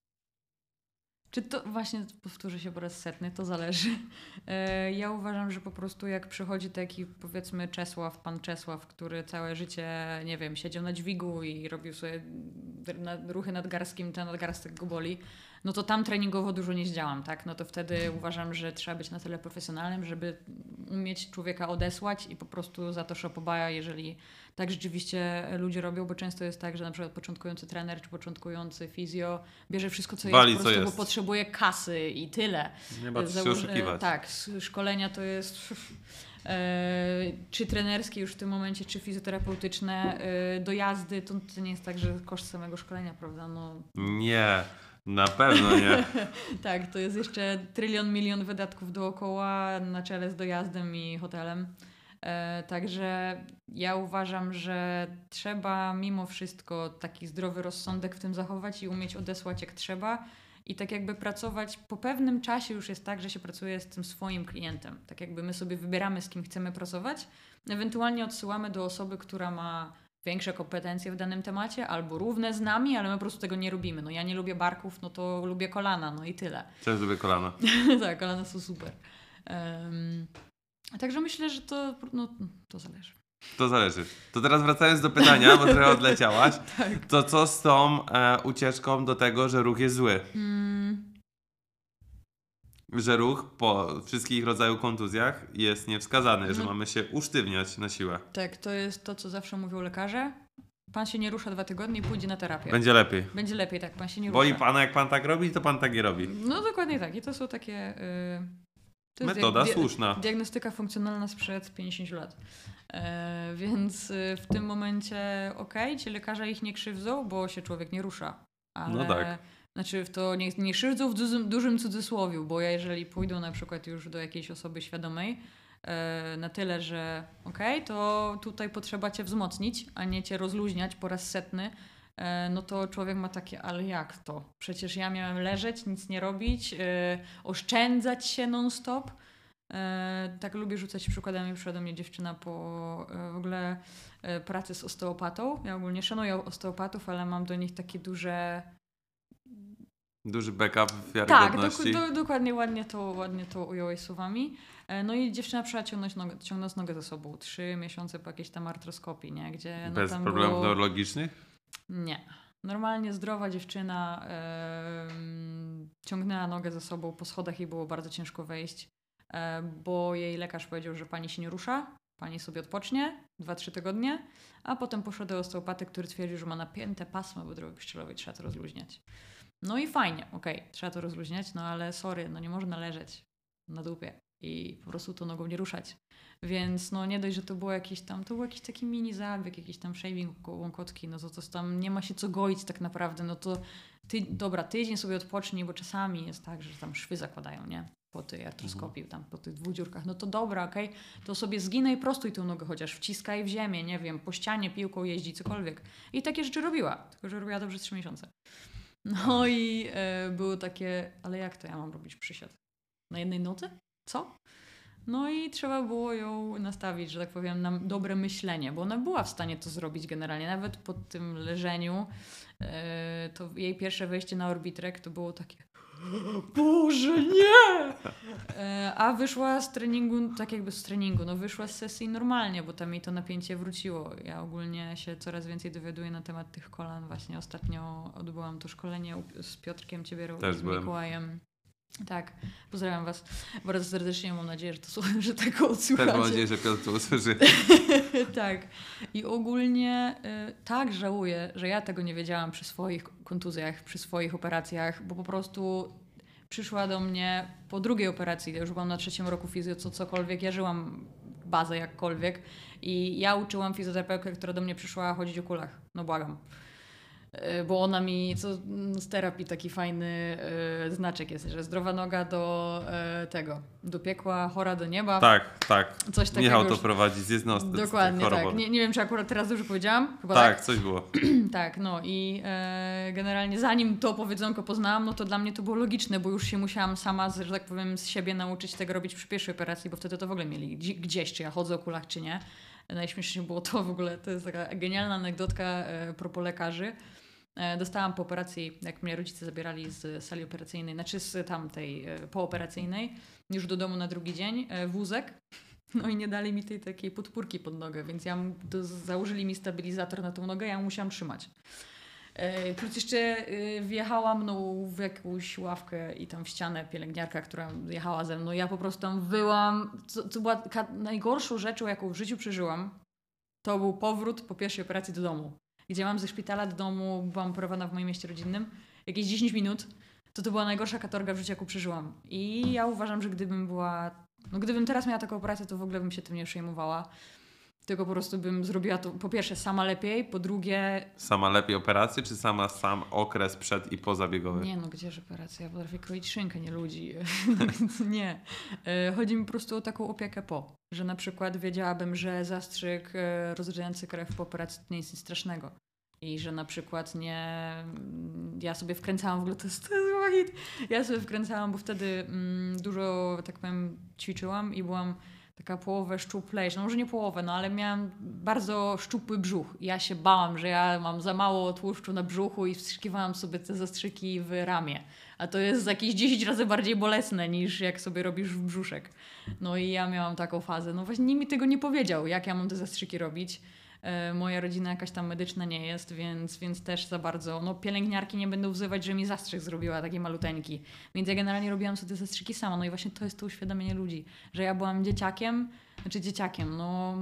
Czy to właśnie powtórzę się po raz setny, to zależy. E, ja uważam, że po prostu jak przychodzi taki powiedzmy Czesław, pan Czesław, który całe życie, nie wiem, siedział na dźwigu i robił sobie na, ruchy nadgarskim, ten nadgarstek go boli, no to tam treningowo dużo nie zdziałam, tak? No to wtedy uważam, że trzeba być na tyle profesjonalnym, żeby umieć człowieka odesłać i po prostu za to szopobaja, jeżeli tak rzeczywiście ludzie robią, bo często jest tak, że na przykład początkujący trener czy początkujący fizjo bierze wszystko, co Wali, jest, po co prostu, jest. bo potrzebuje kasy i tyle. Nie ma co się Założ- oszukiwać. Tak, s- szkolenia to jest e, czy trenerskie już w tym momencie, czy fizjoterapeutyczne, e, dojazdy, to, to nie jest tak, że koszt samego szkolenia, prawda? No, Nie, na pewno nie. tak, to jest jeszcze trylion, milion wydatków dookoła na czele z dojazdem i hotelem. E, także ja uważam, że trzeba mimo wszystko taki zdrowy rozsądek w tym zachować i umieć odesłać jak trzeba. I tak jakby pracować po pewnym czasie już jest tak, że się pracuje z tym swoim klientem. Tak jakby my sobie wybieramy, z kim chcemy pracować. Ewentualnie odsyłamy do osoby, która ma większe kompetencje w danym temacie albo równe z nami, ale my po prostu tego nie robimy. No ja nie lubię barków, no to lubię kolana, no i tyle. Też lubię kolana. Tak, kolana są super. Um, także myślę, że to, no, to zależy. To zależy. To teraz wracając do pytania, bo trochę odleciałaś, Tak. to co z tą e, ucieczką do tego, że ruch jest zły? Mm, Że ruch po wszystkich rodzajach kontuzjach jest niewskazany, że No. mamy się usztywniać na siłę. tak, to jest to, co zawsze mówią lekarze. Pan się nie rusza dwa tygodnie i pójdzie na terapię. Będzie lepiej. Będzie lepiej, tak, pan się nie Boli rusza. pana, jak pan tak robi, to pan tak nie robi. No dokładnie tak. I to są takie... Yy, to jest Metoda dia- słuszna. Diagnostyka funkcjonalna sprzed pięćdziesięciu lat. E, więc y, w tym momencie okej, ci lekarze ich nie krzywdzą, bo się człowiek nie rusza. Ale, No tak. Znaczy w to nie, nie krzywdzą w dużym, dużym cudzysłowiu, bo ja jeżeli pójdą na przykład już do jakiejś osoby świadomej e, na tyle, że okej, to tutaj potrzeba cię wzmocnić, a nie cię rozluźniać po raz setny, e, no to człowiek ma takie, ale jak to? Przecież ja miałem leżeć, nic nie robić, e, oszczędzać się non-stop. E, tak lubię rzucać przykładami. Przyszła do mnie dziewczyna po e, w ogóle e, pracy z osteopatą. Ja ogólnie szanuję osteopatów, ale mam do nich takie duże Duży backup Tak, wiarygodności. do, do, dokładnie ładnie to, ładnie to ująłeś słowami. E, No i dziewczyna przyszła ciągnąć nogę, ciągnąc nogę za sobą. Trzy miesiące po jakiejś tam artroskopii, nie? Gdzie no Bez tam problemów było... neurologicznych? Nie. Normalnie zdrowa dziewczyna em, ciągnęła nogę za sobą. Po schodach jej było bardzo ciężko wejść, e, bo jej lekarz powiedział, że pani się nie rusza, pani sobie odpocznie dwa trzy tygodnie, a potem poszła do osteopaty, który twierdził, że ma napięte pasmo wodorowe pszczelowej, trzeba to rozluźniać. No i fajnie, okej, trzeba to rozluźniać, no ale sorry, no nie można leżeć na dupie i po prostu tą nogą nie ruszać. Więc no nie dość, że to było jakieś tam, to był jakiś taki mini zabieg, jakiś tam shaving koło kotki, no to, to tam nie ma się co goić tak naprawdę, no to ty, dobra, tydzień sobie odpocznij, bo czasami jest tak, że tam szwy zakładają, nie? Po tej artroskopii, tam po tych dwóch dziurkach, no to dobra, okej, to sobie zginaj, prostuj tą nogę chociaż, wciskaj w ziemię, nie wiem, po ścianie piłką jeździ, cokolwiek. I takie rzeczy robiła, tylko że robiła to przez trzy miesiące. No i e, było takie, ale jak to ja mam robić przysiad? Na jednej nodze? Co? No i trzeba było ją nastawić, że tak powiem, na dobre myślenie, bo ona była w stanie to zrobić generalnie. Nawet po tym leżeniu, e, to jej pierwsze wejście na Orbitrek to było takie Boże, nie! E, a wyszła z treningu, tak jakby z treningu, no wyszła z sesji normalnie, bo tam jej to napięcie wróciło. Ja ogólnie się coraz więcej dowiaduję na temat tych kolan. Właśnie ostatnio odbyłam to szkolenie u- z Piotrkiem Ciebierą Też i z byłem. Mikołajem. Tak, pozdrawiam Was bardzo serdecznie. Mam nadzieję, że, to, słu- że tego Też mam odsłuchacie. nadzieję, że Piotr to usłyszy. Tak. I ogólnie y, tak żałuję, że ja tego nie wiedziałam przy swoich kontuzjach, przy swoich operacjach, bo po prostu przyszła do mnie po drugiej operacji, ja już byłam na trzecim roku fizjo, co cokolwiek, ja żyłam bazę jakkolwiek i ja uczyłam fizjoterapeutkę, która do mnie przyszła chodzić o kulach. No błagam. Y, Bo ona mi, co mm, z terapii taki fajny y, znaczek jest, że zdrowa noga do y, tego, do piekła, chora do nieba. Tak, tak. Coś takiego Michał to już- prowadzi z jednostki. Dokładnie tak. Nie, nie wiem, czy akurat teraz dobrze powiedziałam. Chyba Tak, tak. coś było. Tak, no i e, generalnie zanim to powiedzonko poznałam, no to dla mnie to było logiczne, bo już się musiałam sama, z- że tak powiem, z siebie nauczyć tego robić przy pierwszej operacji, bo wtedy to w ogóle mieli gdzie- gdzieś, czy ja chodzę o kulach, czy nie. Najśmieszniejsze było to w ogóle, to jest taka genialna anegdotka e, propos lekarzy. E, dostałam po operacji, jak mnie rodzice zabierali z sali operacyjnej, znaczy z tamtej e, pooperacyjnej, już do domu na drugi dzień, e, wózek. No i nie dali mi tej takiej podpórki pod nogę, więc ja m- to założyli mi stabilizator na tą nogę, ja ją musiałam trzymać. E, Plus jeszcze e, wjechała mną w jakąś ławkę i tam w ścianę pielęgniarka, która jechała ze mną. Ja po prostu tam wyłam. Co, co była ka- najgorszą rzeczą, jaką w życiu przeżyłam, to był powrót po pierwszej operacji do domu. Gdzie mam ze szpitala do domu, byłam operowana w moim mieście rodzinnym, jakieś dziesięć minut, to to była najgorsza katorga w życiu, jaką przeżyłam. I ja uważam, że gdybym była, no gdybym teraz miała taką operację, to w ogóle bym się tym nie przejmowała. Tylko po prostu bym zrobiła to po pierwsze sama lepiej, po drugie... Sama lepiej operację, czy sama sam okres przed i pozabiegowy? Nie no, gdzież operacja? Ja potrafię kroić szynkę, nie ludzi. No więc nie. E, Chodzi mi po prostu o taką opiekę po. Że na przykład wiedziałabym, że zastrzyk e, rozrzedzający krew po operacji to nie jest nic strasznego. I że na przykład nie... Ja sobie wkręcałam, w ogóle to jest, to jest chyba hit. Ja sobie wkręcałam, bo wtedy mm, dużo, tak powiem, ćwiczyłam i byłam taka połowę szczuplejsza. No może nie połowę, no ale miałam bardzo szczupły brzuch. I ja się bałam, że ja mam za mało tłuszczu na brzuchu i wstrzykiwałam sobie te zastrzyki w ramię. A to jest jakieś dziesięć razy bardziej bolesne niż jak sobie robisz w brzuszek. No i ja miałam taką fazę. No właśnie nikt mi tego nie powiedział, jak ja mam te zastrzyki robić. E, Moja rodzina jakaś tam medyczna nie jest, więc, więc też za bardzo, no pielęgniarki nie będą wzywać, że mi zastrzyk zrobiła, taki maluteńki. Więc ja generalnie robiłam sobie te zastrzyki sama. No i właśnie to jest to uświadomienie ludzi, że ja byłam dzieciakiem, znaczy dzieciakiem, no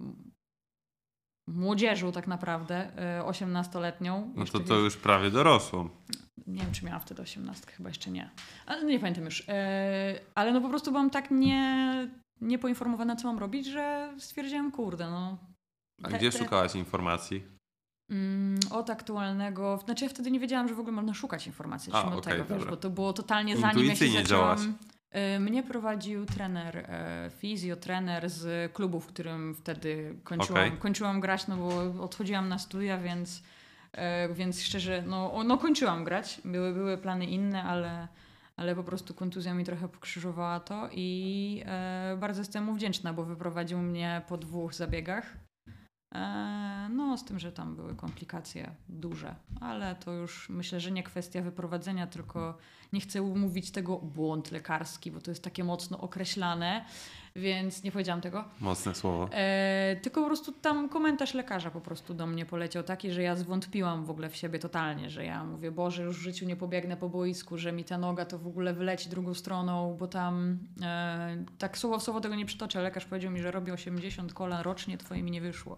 młodzieżą tak naprawdę, e, osiemnastoletnią. No Jeszcze to to już prawie dorosłą. nie wiem, czy miałam wtedy osiemnastkę, chyba jeszcze nie. Ale nie pamiętam już. E, ale no po prostu byłam tak nie, niepoinformowana, co mam robić, że stwierdziłam, kurde, no. A Te- gdzie te- szukałaś informacji? Mm, od aktualnego. Znaczy ja wtedy nie wiedziałam, że w ogóle można szukać informacji. A, Zacznijmy od okej, tego, wiesz, dobra. bo to było totalnie zanim ja się Intuicyjnie zaczęłam. działaś. Y, Mnie prowadził trener, e, fizjo, trener z klubu, w którym wtedy kończyłam, Okej. kończyłam grać, no bo odchodziłam na studia, więc, e, więc szczerze, no, o- no kończyłam grać. Były, były plany inne, ale, ale po prostu kontuzja mi trochę pokrzyżowała to i e, bardzo jestem mu wdzięczna, bo wyprowadził mnie po dwóch zabiegach. E, no, z tym, że tam były komplikacje duże, ale to już myślę, że nie kwestia wyprowadzenia, tylko nie chcę mówić tego błąd lekarski, bo to jest takie mocno określane, więc nie powiedziałam tego. Mocne słowo. E, tylko po prostu tam komentarz lekarza po prostu do mnie poleciał taki, że ja zwątpiłam w ogóle w siebie totalnie, że ja mówię, Boże, już w życiu nie pobiegnę po boisku, że mi ta noga to w ogóle wyleci drugą stroną, bo tam e, tak słowo w słowo tego nie przytoczę. Lekarz powiedział mi, że robi osiemdziesiąt kolan rocznie, twoje mi nie wyszło.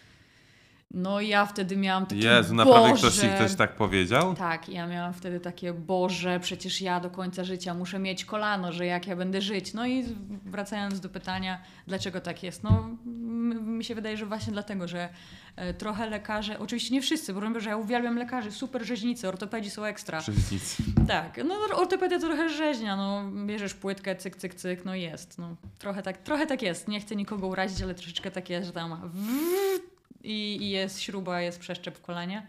No i ja wtedy miałam takie, Jezu, naprawdę Boże. ktoś ci ktoś tak powiedział? Tak, ja miałam wtedy takie, Boże, przecież ja do końca życia muszę mieć kolano, że jak ja będę żyć. No i wracając do pytania, dlaczego tak jest? No m- mi się wydaje, że właśnie dlatego, że e, trochę lekarze, oczywiście nie wszyscy, bo mówię, że ja uwielbiam lekarzy, super rzeźnicy, ortopedzi są ekstra. Rzeźnicy. Tak, no ortopedia to trochę rzeźnia, no bierzesz płytkę, cyk, cyk, cyk, no jest. No, trochę, tak, trochę tak jest, nie chcę nikogo urazić, ale troszeczkę tak jest, że tam i, i jest śruba, jest przeszczep w kolanie.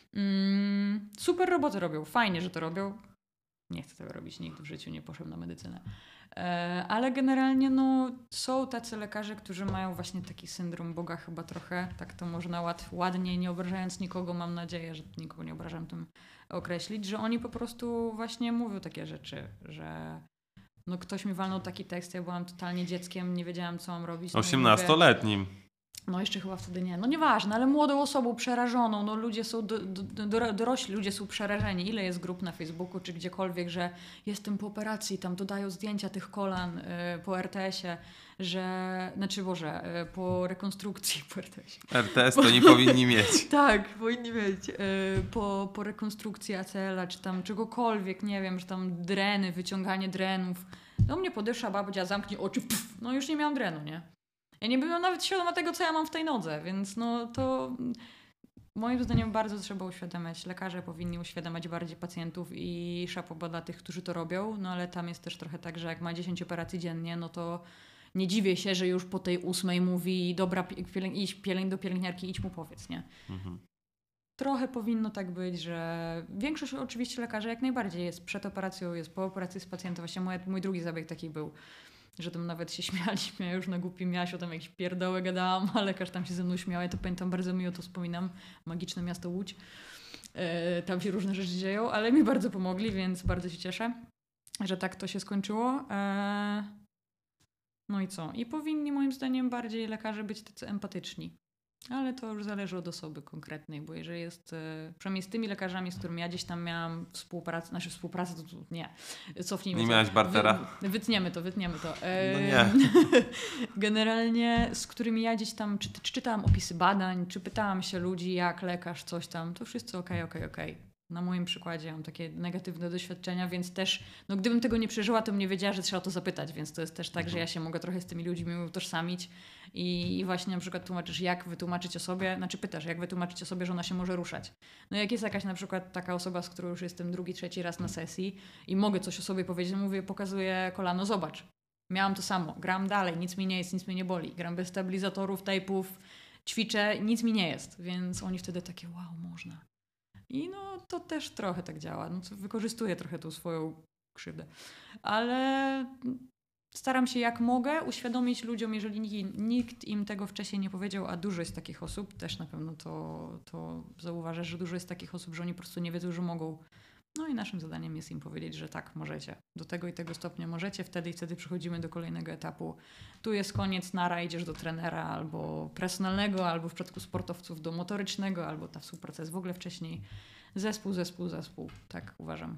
Mm, super roboty robią, fajnie, że to robią. Nie chcę tego robić, nigdy w życiu nie poszedłem na medycynę. E, ale generalnie no, są tacy lekarze, którzy mają właśnie taki syndrom Boga chyba trochę, tak to można ład, ładnie, nie obrażając nikogo, mam nadzieję, że nikogo nie obrażam tym określić, że oni po prostu właśnie mówią takie rzeczy, że no ktoś mi walnął taki tekst, ja byłam totalnie dzieckiem, nie wiedziałam co mam robić. No i mówię, osiemnastoletnim. no jeszcze chyba wtedy nie. No nieważne, ale młodą osobą przerażoną, no ludzie są, do, do, do, dorośli ludzie są przerażeni. Ile jest grup na Facebooku czy gdziekolwiek, że jestem po operacji, tam dodają zdjęcia tych kolan y, po er te esie, że, znaczy Boże, y, po rekonstrukcji po er te esie. er te es to nie powinni mieć. Tak, powinni mieć. Y, po, po rekonstrukcji a ceela, czy tam czegokolwiek, nie wiem, że tam dreny, wyciąganie drenów. Do mnie podeszła babcia, zamknij oczy, pff, no już nie miałam drenu, nie? Ja nie byłam nawet świadoma tego, co ja mam w tej nodze, więc no to moim zdaniem bardzo trzeba uświadamiać. Lekarze powinni uświadamiać bardziej pacjentów i szapoba dla tych, którzy to robią, no ale tam jest też trochę tak, że jak ma dziesięć operacji dziennie, no to nie dziwię się, że już po tej ósmej mówi dobra, pielęg- idź pielęg do pielęgniarki, idź mu powiedz, nie? Mhm. Trochę powinno tak być, że większość oczywiście lekarzy jak najbardziej jest przed operacją, jest po operacji z pacjentem. Właśnie mój, mój drugi zabieg taki był, że tam nawet się śmialiśmy, ja już na głupim Jasiu tam jakieś pierdoły gadałam, a lekarz tam się ze mną śmiał, ja to pamiętam, bardzo miło to wspominam, magiczne miasto Łódź, e, tam się różne rzeczy dzieją, ale mi bardzo pomogli, więc bardzo się cieszę, że tak to się skończyło. E, no i co? I powinni moim zdaniem bardziej lekarze być tacy empatyczni. Ale to już zależy od osoby konkretnej, bo jeżeli jest, e, przynajmniej z tymi lekarzami, z którymi ja gdzieś tam miałam współpracę, znaczy współpracę, to, to nie, cofnijmy Nie to. miałaś bartera? Wy, wytniemy to, wytniemy to. E, No nie. Generalnie, z którymi ja gdzieś tam, czy, czy czytałam opisy badań, czy pytałam się ludzi, jak lekarz, coś tam, to wszyscy okej, okej, okej. Na moim przykładzie mam takie negatywne doświadczenia, więc też, no gdybym tego nie przeżyła, to bym nie wiedziała, że trzeba o to zapytać, więc to jest też tak, że ja się mogę trochę z tymi ludźmi utożsamić i, i właśnie na przykład tłumaczysz, jak wytłumaczyć osobie, znaczy pytasz, jak wytłumaczyć osobie, że ona się może ruszać. No jak jest jakaś na przykład taka osoba, z którą już jestem drugi, trzeci raz na sesji i mogę coś o sobie powiedzieć, mówię, pokazuję kolano, zobacz. Miałam to samo, gram dalej, nic mi nie jest, nic mnie nie boli, gram bez stabilizatorów, tejpów, ćwiczę, nic mi nie jest, więc oni wtedy takie, wow, można. I no to też trochę tak działa. No, to wykorzystuję trochę tą swoją krzywdę. Ale staram się jak mogę uświadomić ludziom, jeżeli nikt, nikt im tego wcześniej nie powiedział, a dużo jest takich osób, też na pewno to, to zauważasz, że dużo jest takich osób, że oni po prostu nie wiedzą, że mogą. No i naszym zadaniem jest im powiedzieć, że tak, możecie. Do tego i tego stopnia możecie, wtedy i wtedy przechodzimy do kolejnego etapu. Tu jest koniec, nara, idziesz do trenera albo personalnego, albo w przypadku sportowców do motorycznego, albo ta współpraca jest w ogóle wcześniej. Zespół, zespół, zespół. Tak uważam.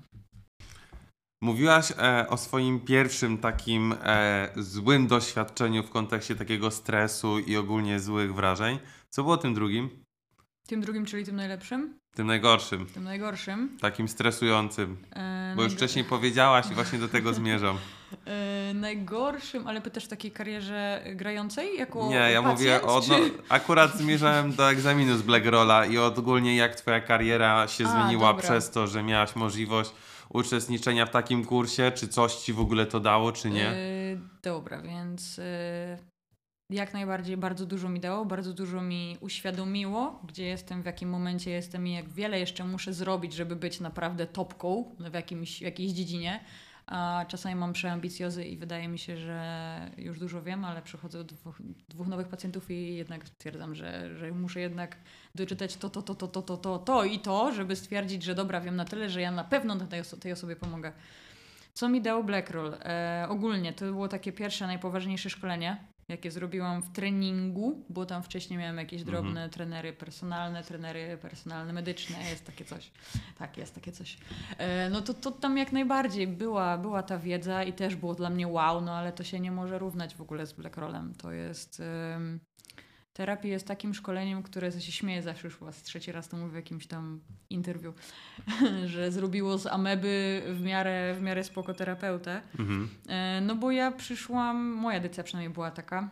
Mówiłaś e, o swoim pierwszym takim e, złym doświadczeniu w kontekście takiego stresu i ogólnie złych wrażeń. Co było tym drugim? Tym drugim, czyli tym najlepszym? Tym najgorszym. Tym najgorszym. Takim stresującym. E, Bo już najgo- wcześniej powiedziałaś i właśnie do tego zmierzam. e, najgorszym, ale pytasz w takiej karierze grającej? Jako Nie, ja pacjent, mówię o... No, czy... akurat zmierzałem do egzaminu z Blackrolla i ogólnie jak twoja kariera się A, zmieniła dobra. przez to, że miałaś możliwość uczestniczenia w takim kursie, czy coś ci w ogóle to dało, czy nie? E, dobra, więc e, jak najbardziej bardzo dużo mi dało, bardzo dużo mi uświadomiło, gdzie jestem, w jakim momencie jestem i jak wiele jeszcze muszę zrobić, żeby być naprawdę topką w, jakimś, w jakiejś dziedzinie. a czasami mam przeambicjozy i wydaje mi się, że już dużo wiem, ale przychodzę do dwóch, dwóch nowych pacjentów i jednak stwierdzam, że, że muszę jednak doczytać to, to, to, to, to, to, to, to i to, żeby stwierdzić, że dobra, wiem na tyle, że ja na pewno tej, oso- tej osobie pomogę. Co mi dał Blackroll? E, ogólnie to było takie pierwsze, najpoważniejsze szkolenie, jakie zrobiłam w treningu, bo tam wcześniej miałem jakieś drobne Mhm. trenery personalne, trenery personalne medyczne, jest takie coś. Tak, jest takie coś. E, no to, to tam jak najbardziej była, była ta wiedza i też było dla mnie wow, no ale to się nie może równać w ogóle z Blackrollem. To jest... Ym, terapia jest takim szkoleniem, które się śmieje zawsze, już was trzeci raz to mówię w jakimś tam interwiu, że zrobiło z ameby w miarę, w miarę spoko terapeutę. Mhm. E, No bo ja przyszłam, moja edycja przynajmniej była taka,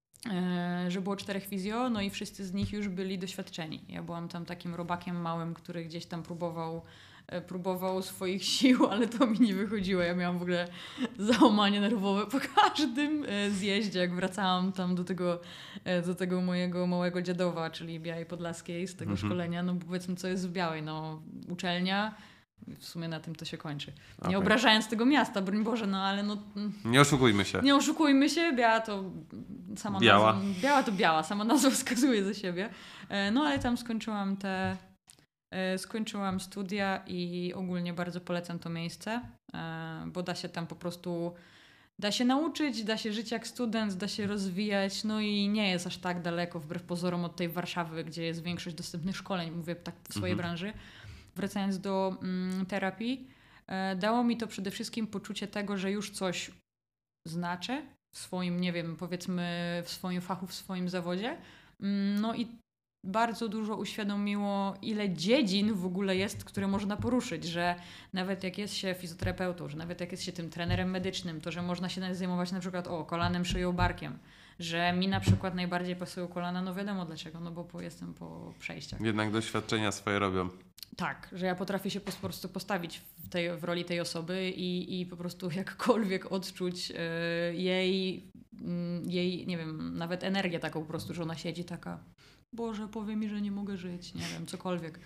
e, że było czterech fizjo, no i wszyscy z nich już byli doświadczeni. Ja byłam tam takim robakiem małym, który gdzieś tam próbował, e, próbował swoich sił, ale to mi nie wychodziło. Ja miałam w ogóle załamanie nerwowe po każdym e, zjeździe, jak wracałam tam do tego, e, do tego mojego małego dziadowa, czyli Białej Podlaskiej, z tego Mhm. szkolenia. No powiedzmy, co jest w Białej, no uczelnia. W sumie na tym to się kończy. Nie Okej. obrażając tego miasta, broń Boże, no ale no... Nie oszukujmy się. Nie oszukujmy się, biała to sama Biała. nazwa, biała to biała, sama nazwa wskazuje za siebie. E, No ale tam skończyłam te, e, skończyłam studia i ogólnie bardzo polecam to miejsce, e, bo da się tam po prostu, da się nauczyć, da się żyć jak student, da się rozwijać, no i nie jest aż tak daleko wbrew pozorom od tej Warszawy, gdzie jest większość dostępnych szkoleń, mówię tak w swojej Mhm. branży. Wracając do mm, terapii, e, dało mi to przede wszystkim poczucie tego, że już coś znaczę w swoim, nie wiem, powiedzmy w swoim fachu, w swoim zawodzie. Mm, No i bardzo dużo uświadomiło, ile dziedzin w ogóle jest, które można poruszyć, że nawet jak jest się fizjoterapeutą, że nawet jak jest się tym trenerem medycznym, to że można się zajmować na przykład o, kolanem, szyją, barkiem, że mi na przykład najbardziej pasują kolana, no wiadomo dlaczego, no bo po, jestem po przejściach. Jednak doświadczenia swoje robią. Tak, że ja potrafię się po po prostu postawić w, tej, w roli tej osoby i, i po prostu jakkolwiek odczuć y, jej, mm, jej, nie wiem, nawet energię taką po prostu, że ona siedzi taka, Boże, powie mi, że nie mogę żyć, nie wiem, cokolwiek.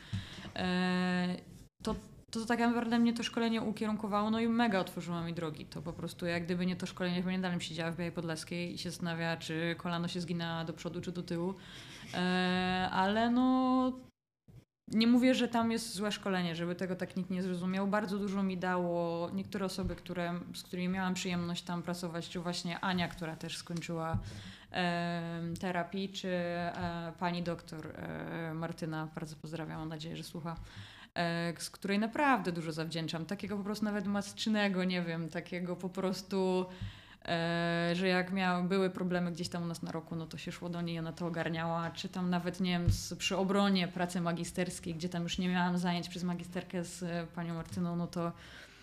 E, to, to tak naprawdę mnie to szkolenie ukierunkowało, no i mega otworzyło mi drogi. To po prostu jak gdyby nie to szkolenie, pewnie dalej bym siedziała w Białej Podlaskiej i się zastanawia, czy kolano się zgina do przodu, czy do tyłu. E, ale no... Nie mówię, że tam jest złe szkolenie, żeby tego tak nikt nie zrozumiał. Bardzo dużo mi dało niektóre osoby, które, z którymi miałam przyjemność tam pracować, czy właśnie Ania, która też skończyła e, terapii, czy e, pani doktor e, Martyna, bardzo pozdrawiam, mam nadzieję, że słucha, e, z której naprawdę dużo zawdzięczam. Takiego po prostu nawet matczynego, nie wiem, takiego po prostu... E, że jak miały, były problemy gdzieś tam u nas na roku, no to się szło do niej, ona to ogarniała, czy tam nawet, nie wiem, z, przy obronie pracy magisterskiej, gdzie tam już nie miałam zajęć przez magisterkę z e, panią Martyną, no to,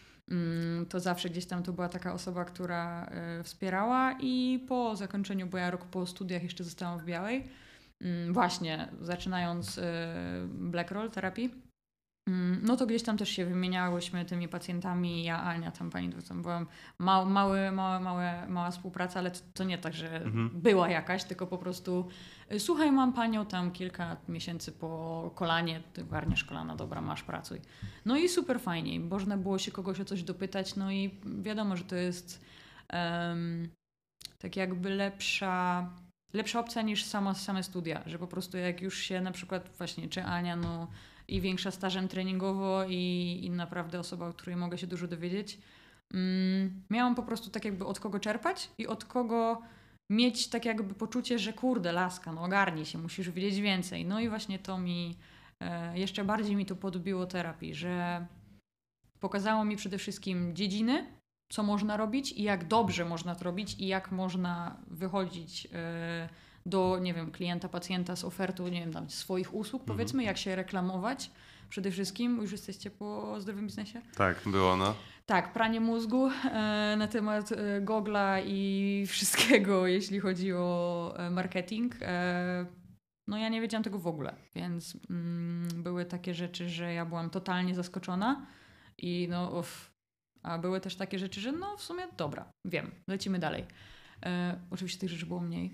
mm, to zawsze gdzieś tam to była taka osoba, która e, wspierała i po zakończeniu, bo ja rok po studiach jeszcze zostałam w Białej, mm, właśnie zaczynając e, Blackroll terapii, no to gdzieś tam też się wymieniałyśmy tymi pacjentami, ja, Ania, tam pani, tam byłam ma, mały, małe, małe, mała współpraca, ale to, to nie tak, że Mhm. była jakaś, tylko po prostu y, słuchaj, mam panią tam kilka miesięcy po kolanie, ty garniesz kolana, dobra, masz, pracuj. No i super fajnie, można było się kogoś o coś dopytać, no i wiadomo, że to jest um, tak jakby lepsza, lepsza opcja niż sama, same studia, że po prostu jak już się na przykład właśnie, czy Ania, no i większa stażem treningowo i, i naprawdę osoba, o której mogę się dużo dowiedzieć. Mm, miałam po prostu tak jakby od kogo czerpać i od kogo mieć tak jakby poczucie, że kurde laska, no ogarnij się, musisz wiedzieć więcej. No i właśnie to mi, e, jeszcze bardziej mi to podbiło terapii, że pokazało mi przede wszystkim dziedziny, co można robić i jak dobrze można to robić i jak można wychodzić e, do, nie wiem, klienta, pacjenta z ofertą, nie wiem, tam swoich usług, Mhm. powiedzmy, jak się reklamować przede wszystkim. Już jesteście po zdrowym biznesie? Tak, było no. Tak, pranie mózgu e, na temat e, Google'a i wszystkiego, jeśli chodzi o e, marketing. E, no ja nie wiedziałam tego w ogóle, więc mm, były takie rzeczy, że ja byłam totalnie zaskoczona i no uff. A były też takie rzeczy, że no w sumie dobra, wiem, lecimy dalej. E, oczywiście tych rzeczy było mniej.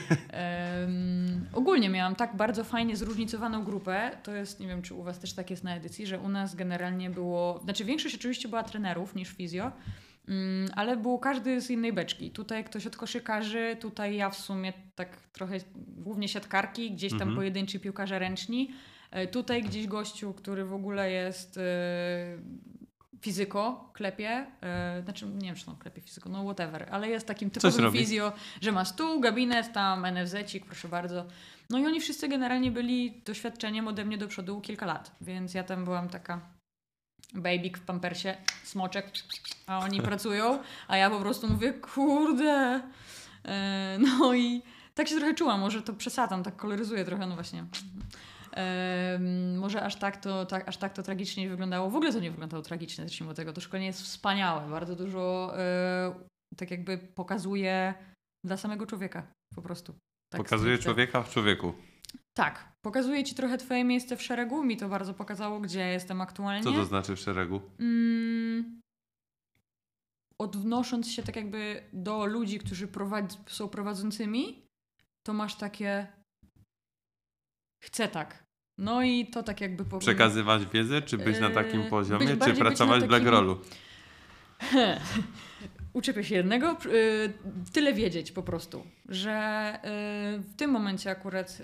E, ogólnie miałam tak bardzo fajnie zróżnicowaną grupę. To jest, nie wiem, czy u was też tak jest na edycji, że u nas generalnie było, znaczy większość oczywiście była trenerów niż fizjo, Mm, ale był każdy z innej beczki. Tutaj ktoś od koszykarzy, tutaj ja w sumie tak trochę głównie siatkarki, gdzieś tam Mhm. pojedynczy piłkarze ręczni. E, Tutaj gdzieś gościu, który w ogóle jest e, fizyko, klepie, e, znaczy nie wiem, czy on klepie fizyko, no whatever, ale jest takim typowym robi. fizjo, że ma stół, gabinet, tam en ef zecik, proszę bardzo. No i oni wszyscy generalnie byli doświadczeniem ode mnie do przodu kilka lat, więc ja tam byłam taka babyk w pampersie, smoczek, a oni pracują, a ja po prostu mówię, kurde. E, no i tak się trochę czułam, może to przesadzam, tak koloryzuję trochę, no właśnie. E, może aż tak, to, tak, aż tak to tragicznie nie wyglądało. W ogóle to nie wyglądało tragicznie, zacznijmy od tego. To szkolenie jest wspaniałe, bardzo dużo e, tak jakby pokazuje dla samego człowieka po prostu. Tak Pokazuje stricte. człowieka w człowieku. Tak, pokazuje ci trochę twoje miejsce w szeregu, mi to bardzo pokazało, gdzie ja jestem aktualnie. Co to znaczy w szeregu? Mm, odnosząc się tak jakby do ludzi, którzy prowadz- są prowadzącymi, to masz takie chcę tak. No i to tak jakby... Po... Przekazywać wiedzę, czy być na takim Yy, poziomie, być- czy bardziej być pracować na w takim- Blagrolu? Uczepię się jednego, yy, tyle wiedzieć po prostu, że yy, w tym momencie akurat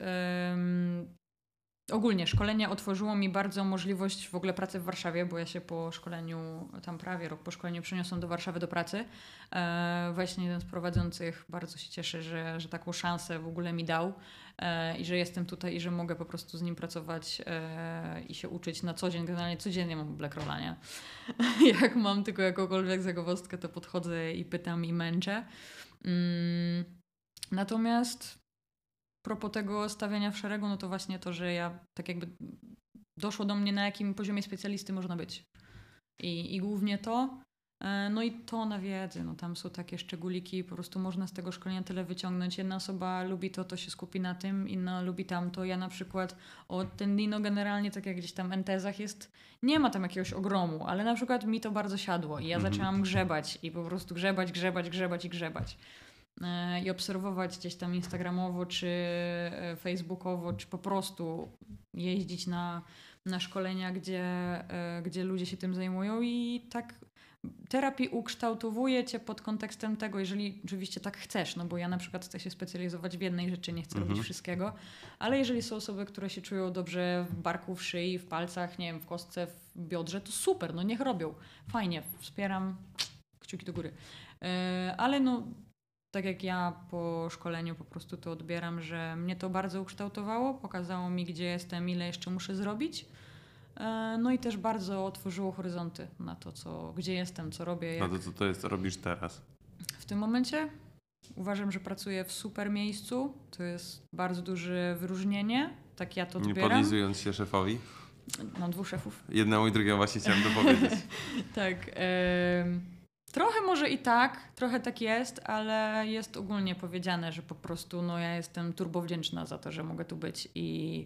yy, ogólnie szkolenie otworzyło mi bardzo możliwość w ogóle pracy w Warszawie, bo ja się po szkoleniu, tam prawie rok po szkoleniu przeniosłam do Warszawy do pracy. E, właśnie jeden z prowadzących bardzo się cieszy, że, że taką szansę w ogóle mi dał e, i że jestem tutaj i że mogę po prostu z nim pracować e, i się uczyć na co dzień. Generalnie codziennie mam Blackrolla, nie? Jak mam tylko jakąkolwiek zagwozdkę, to podchodzę i pytam i męczę. Mm, natomiast propos tego stawiania w szeregu, no to właśnie to, że ja tak jakby doszło do mnie, na jakim poziomie specjalisty można być. I, i głównie to. E, No i to na wiedzy. No tam są takie szczególiki, po prostu można z tego szkolenia tyle wyciągnąć. Jedna osoba lubi to, to się skupi na tym, inna lubi tamto. Ja na przykład, o ten Dino generalnie, tak jak gdzieś tam w entezach jest, nie ma tam jakiegoś ogromu, ale na przykład mi to bardzo siadło i ja Mhm. zaczęłam grzebać i po prostu grzebać, grzebać, grzebać i grzebać. E, I obserwować gdzieś tam instagramowo, czy e, facebookowo, czy po prostu jeździć na, na szkolenia, gdzie, e, gdzie ludzie się tym zajmują i tak terapii ukształtowuje cię pod kontekstem tego, jeżeli oczywiście tak chcesz, no bo ja na przykład chcę się specjalizować w jednej rzeczy, nie chcę Mhm. robić wszystkiego, ale jeżeli są osoby, które się czują dobrze w barku, w szyi, w palcach, nie wiem, w kostce, w biodrze, to super, no niech robią. Fajnie, wspieram, kciuki do góry. E, ale no tak jak ja po szkoleniu po prostu to odbieram, że mnie to bardzo ukształtowało, pokazało mi, gdzie jestem, ile jeszcze muszę zrobić. E, No i też bardzo otworzyło horyzonty na to, co, gdzie jestem, co robię. No Jak... to co to jest, co robisz teraz? W tym momencie uważam, że pracuję w super miejscu. To jest bardzo duże wyróżnienie. Tak ja to Nie odbieram. podlizując się szefowi. Mam dwóch szefów. Jednemu i drugiemu właśnie chciałem dopowiedzieć. Tak. em, Trochę może i tak, trochę tak jest, ale jest ogólnie powiedziane, że po prostu no, ja jestem turbo wdzięczna za to, że mogę tu być i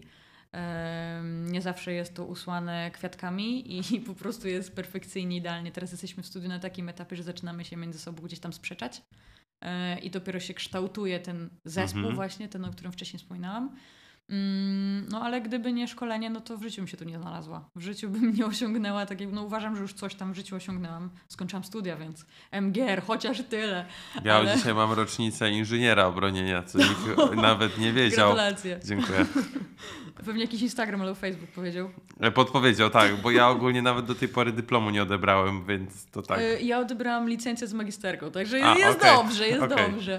em, nie zawsze jest to usłane kwiatkami i po prostu jest perfekcyjnie, idealnie. Teraz jesteśmy w studiu na takim etapie, że zaczynamy się między sobą gdzieś tam sprzeczać e, i dopiero się kształtuje ten zespół Mhm. właśnie, ten, o którym wcześniej wspominałam. Mm, No ale gdyby nie szkolenie, no to w życiu bym się tu nie znalazła. W życiu bym nie osiągnęła takiego, no uważam, że już coś tam w życiu osiągnęłam. Skończyłam studia, więc M G R, chociaż tyle. Ja Ale- dzisiaj mam rocznicę inżyniera obronienia, co nikt nawet nie wiedział. Gratulacje. Dziękuję. Pewnie jakiś Instagram albo Facebook powiedział. E, Podpowiedział, tak, bo ja ogólnie nawet do tej pory dyplomu nie odebrałem, więc to tak. Y, Ja odebrałam licencję z magisterką, także A, jest okej, dobrze, jest okej. dobrze.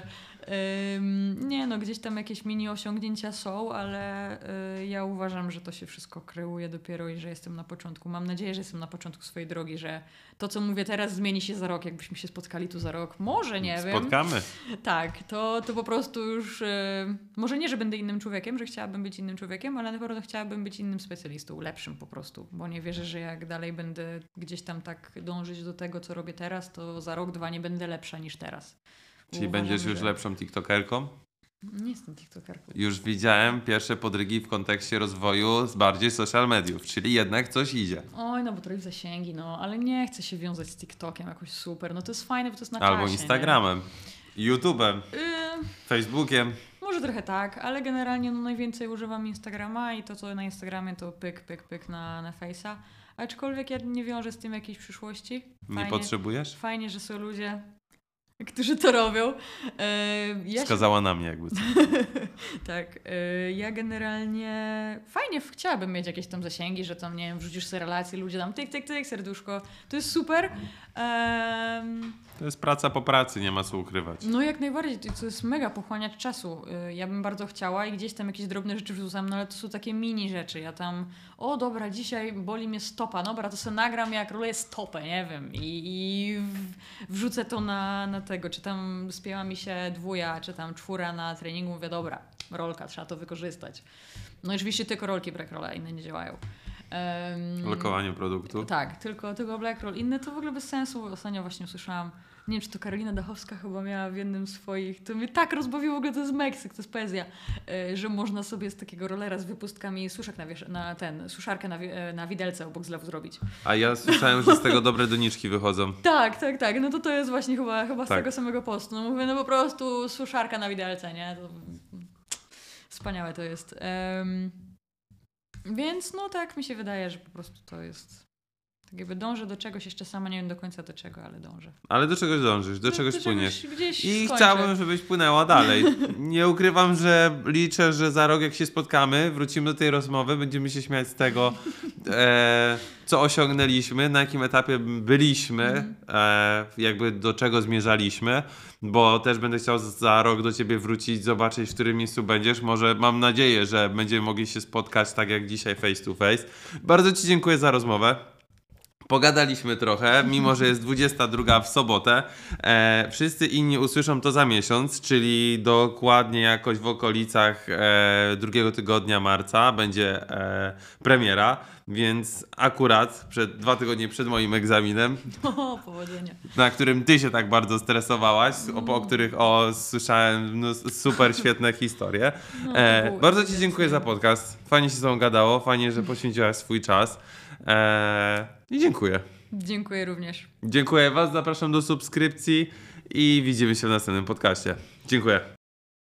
Ym, nie no, gdzieś tam jakieś mini osiągnięcia są, ale y, ja uważam, że to się wszystko kreuje dopiero i że jestem na początku. Mam nadzieję, że jestem na początku swojej drogi, że to, co mówię teraz, zmieni się za rok, jakbyśmy się spotkali tu za rok. Może, nie wiem. Spotkamy. Tak, to, to po prostu już, y, może nie, że będę innym człowiekiem, że chciałabym być innym człowiekiem, ale na pewno chciałabym być innym specjalistą, lepszym po prostu, bo nie wierzę, że jak dalej będę gdzieś tam tak dążyć do tego, co robię teraz, to za rok, dwa nie będę lepsza niż teraz. Czyli Uważam, będziesz już że- lepszą tiktokerką? Nie jestem tiktokerką. Już widziałem pierwsze podrygi w kontekście rozwoju z bardziej social mediów, czyli jednak coś idzie. Oj, no bo trochę zasięgi, no, ale nie chcę się wiązać z TikTokiem jakoś super, no to jest fajne, bo to jest na Albo czasie, Instagramem, YouTube'em, nie? Y, Facebookiem. Może trochę tak, ale generalnie no, najwięcej używam Instagrama i to, co na Instagramie, to pyk, pyk, pyk na, na Face'a. Aczkolwiek ja nie wiążę z tym jakiejś przyszłości. Nie Fajnie, potrzebujesz? fajnie, że są ludzie, którzy to robią. E, ja się Wskazała na mnie jakby co. tak, y, ja generalnie fajnie w- chciałabym mieć jakieś tam zasięgi, że tam, nie wiem, wrzucisz sobie relacje, ludzie tam tyk, tyk, tyk, serduszko. To jest super. Em, To jest praca po pracy, nie ma co ukrywać. no jak najbardziej, to to jest mega pochłaniać czasu. Y, Ja bym bardzo chciała i gdzieś tam jakieś drobne rzeczy wrzucam, no ale to są takie mini rzeczy. Ja tam, o dobra, dzisiaj boli mnie stopa, dobra, to sobie nagram jak roleję stopę, nie wiem, i, i w- wrzucę to na, na tego, czy tam spięła mi się dwuja, czy tam czwóra na treningu, mówię, dobra, rolka, trzeba to wykorzystać. No i oczywiście tylko rolki Black Rolla, inne nie działają. Em, Lokowanie produktu. tak, tylko, tylko Black Roll. Inne to w ogóle bez sensu. Ostatnio właśnie usłyszałam, nie wiem, czy to Karolina Dachowska chyba miała w jednym z swoich, to mnie tak rozbawiło, w ogóle to jest Meksyk, to jest poezja, e, że można sobie z takiego rolera z wypustkami suszek na, wiesz, na ten, suszarkę na, wi- e, na widelce obok zlewu zrobić. A ja słyszałem, że z tego dobre doniczki wychodzą. Tak, tak, tak. No to to jest właśnie chyba, chyba z Tak. tego samego postu. No mówię, no po prostu suszarka na widelce, nie? To... Wspaniałe to jest. Em, Więc no tak mi się wydaje, że po prostu to jest... Tak jakby dążę do czegoś, jeszcze sama nie wiem do końca do czego, ale dążę. Ale do czegoś dążysz, do czegoś płyniesz. Gdzieś I skończę. chciałbym, żebyś płynęła dalej. Nie ukrywam, że liczę, że za rok jak się spotkamy, wrócimy do tej rozmowy, będziemy się śmiać z tego, e, co osiągnęliśmy, na jakim etapie byliśmy, e, jakby do czego zmierzaliśmy, bo też będę chciał za rok do ciebie wrócić, zobaczyć, w którym miejscu będziesz. Może mam nadzieję, że będziemy mogli się spotkać tak jak dzisiaj face to face. Bardzo ci dziękuję za rozmowę. Pogadaliśmy trochę, mimo że jest dwudziesta druga w sobotę. E, wszyscy inni usłyszą to za miesiąc, czyli dokładnie jakoś w okolicach e, drugiego tygodnia marca będzie e, premiera, więc akurat przed, dwa tygodnie przed moim egzaminem, O, powodzenia. na którym ty się tak bardzo stresowałaś, o, o których o, słyszałem no, super świetne historie. No, to E, był bardzo ci ewidentnie. dziękuję za podcast. Fajnie się z tobą gadało, fajnie, że poświęciłaś swój czas. E, I dziękuję. Dziękuję również. Dziękuję was, zapraszam do subskrypcji i widzimy się w następnym podcaście. Dziękuję.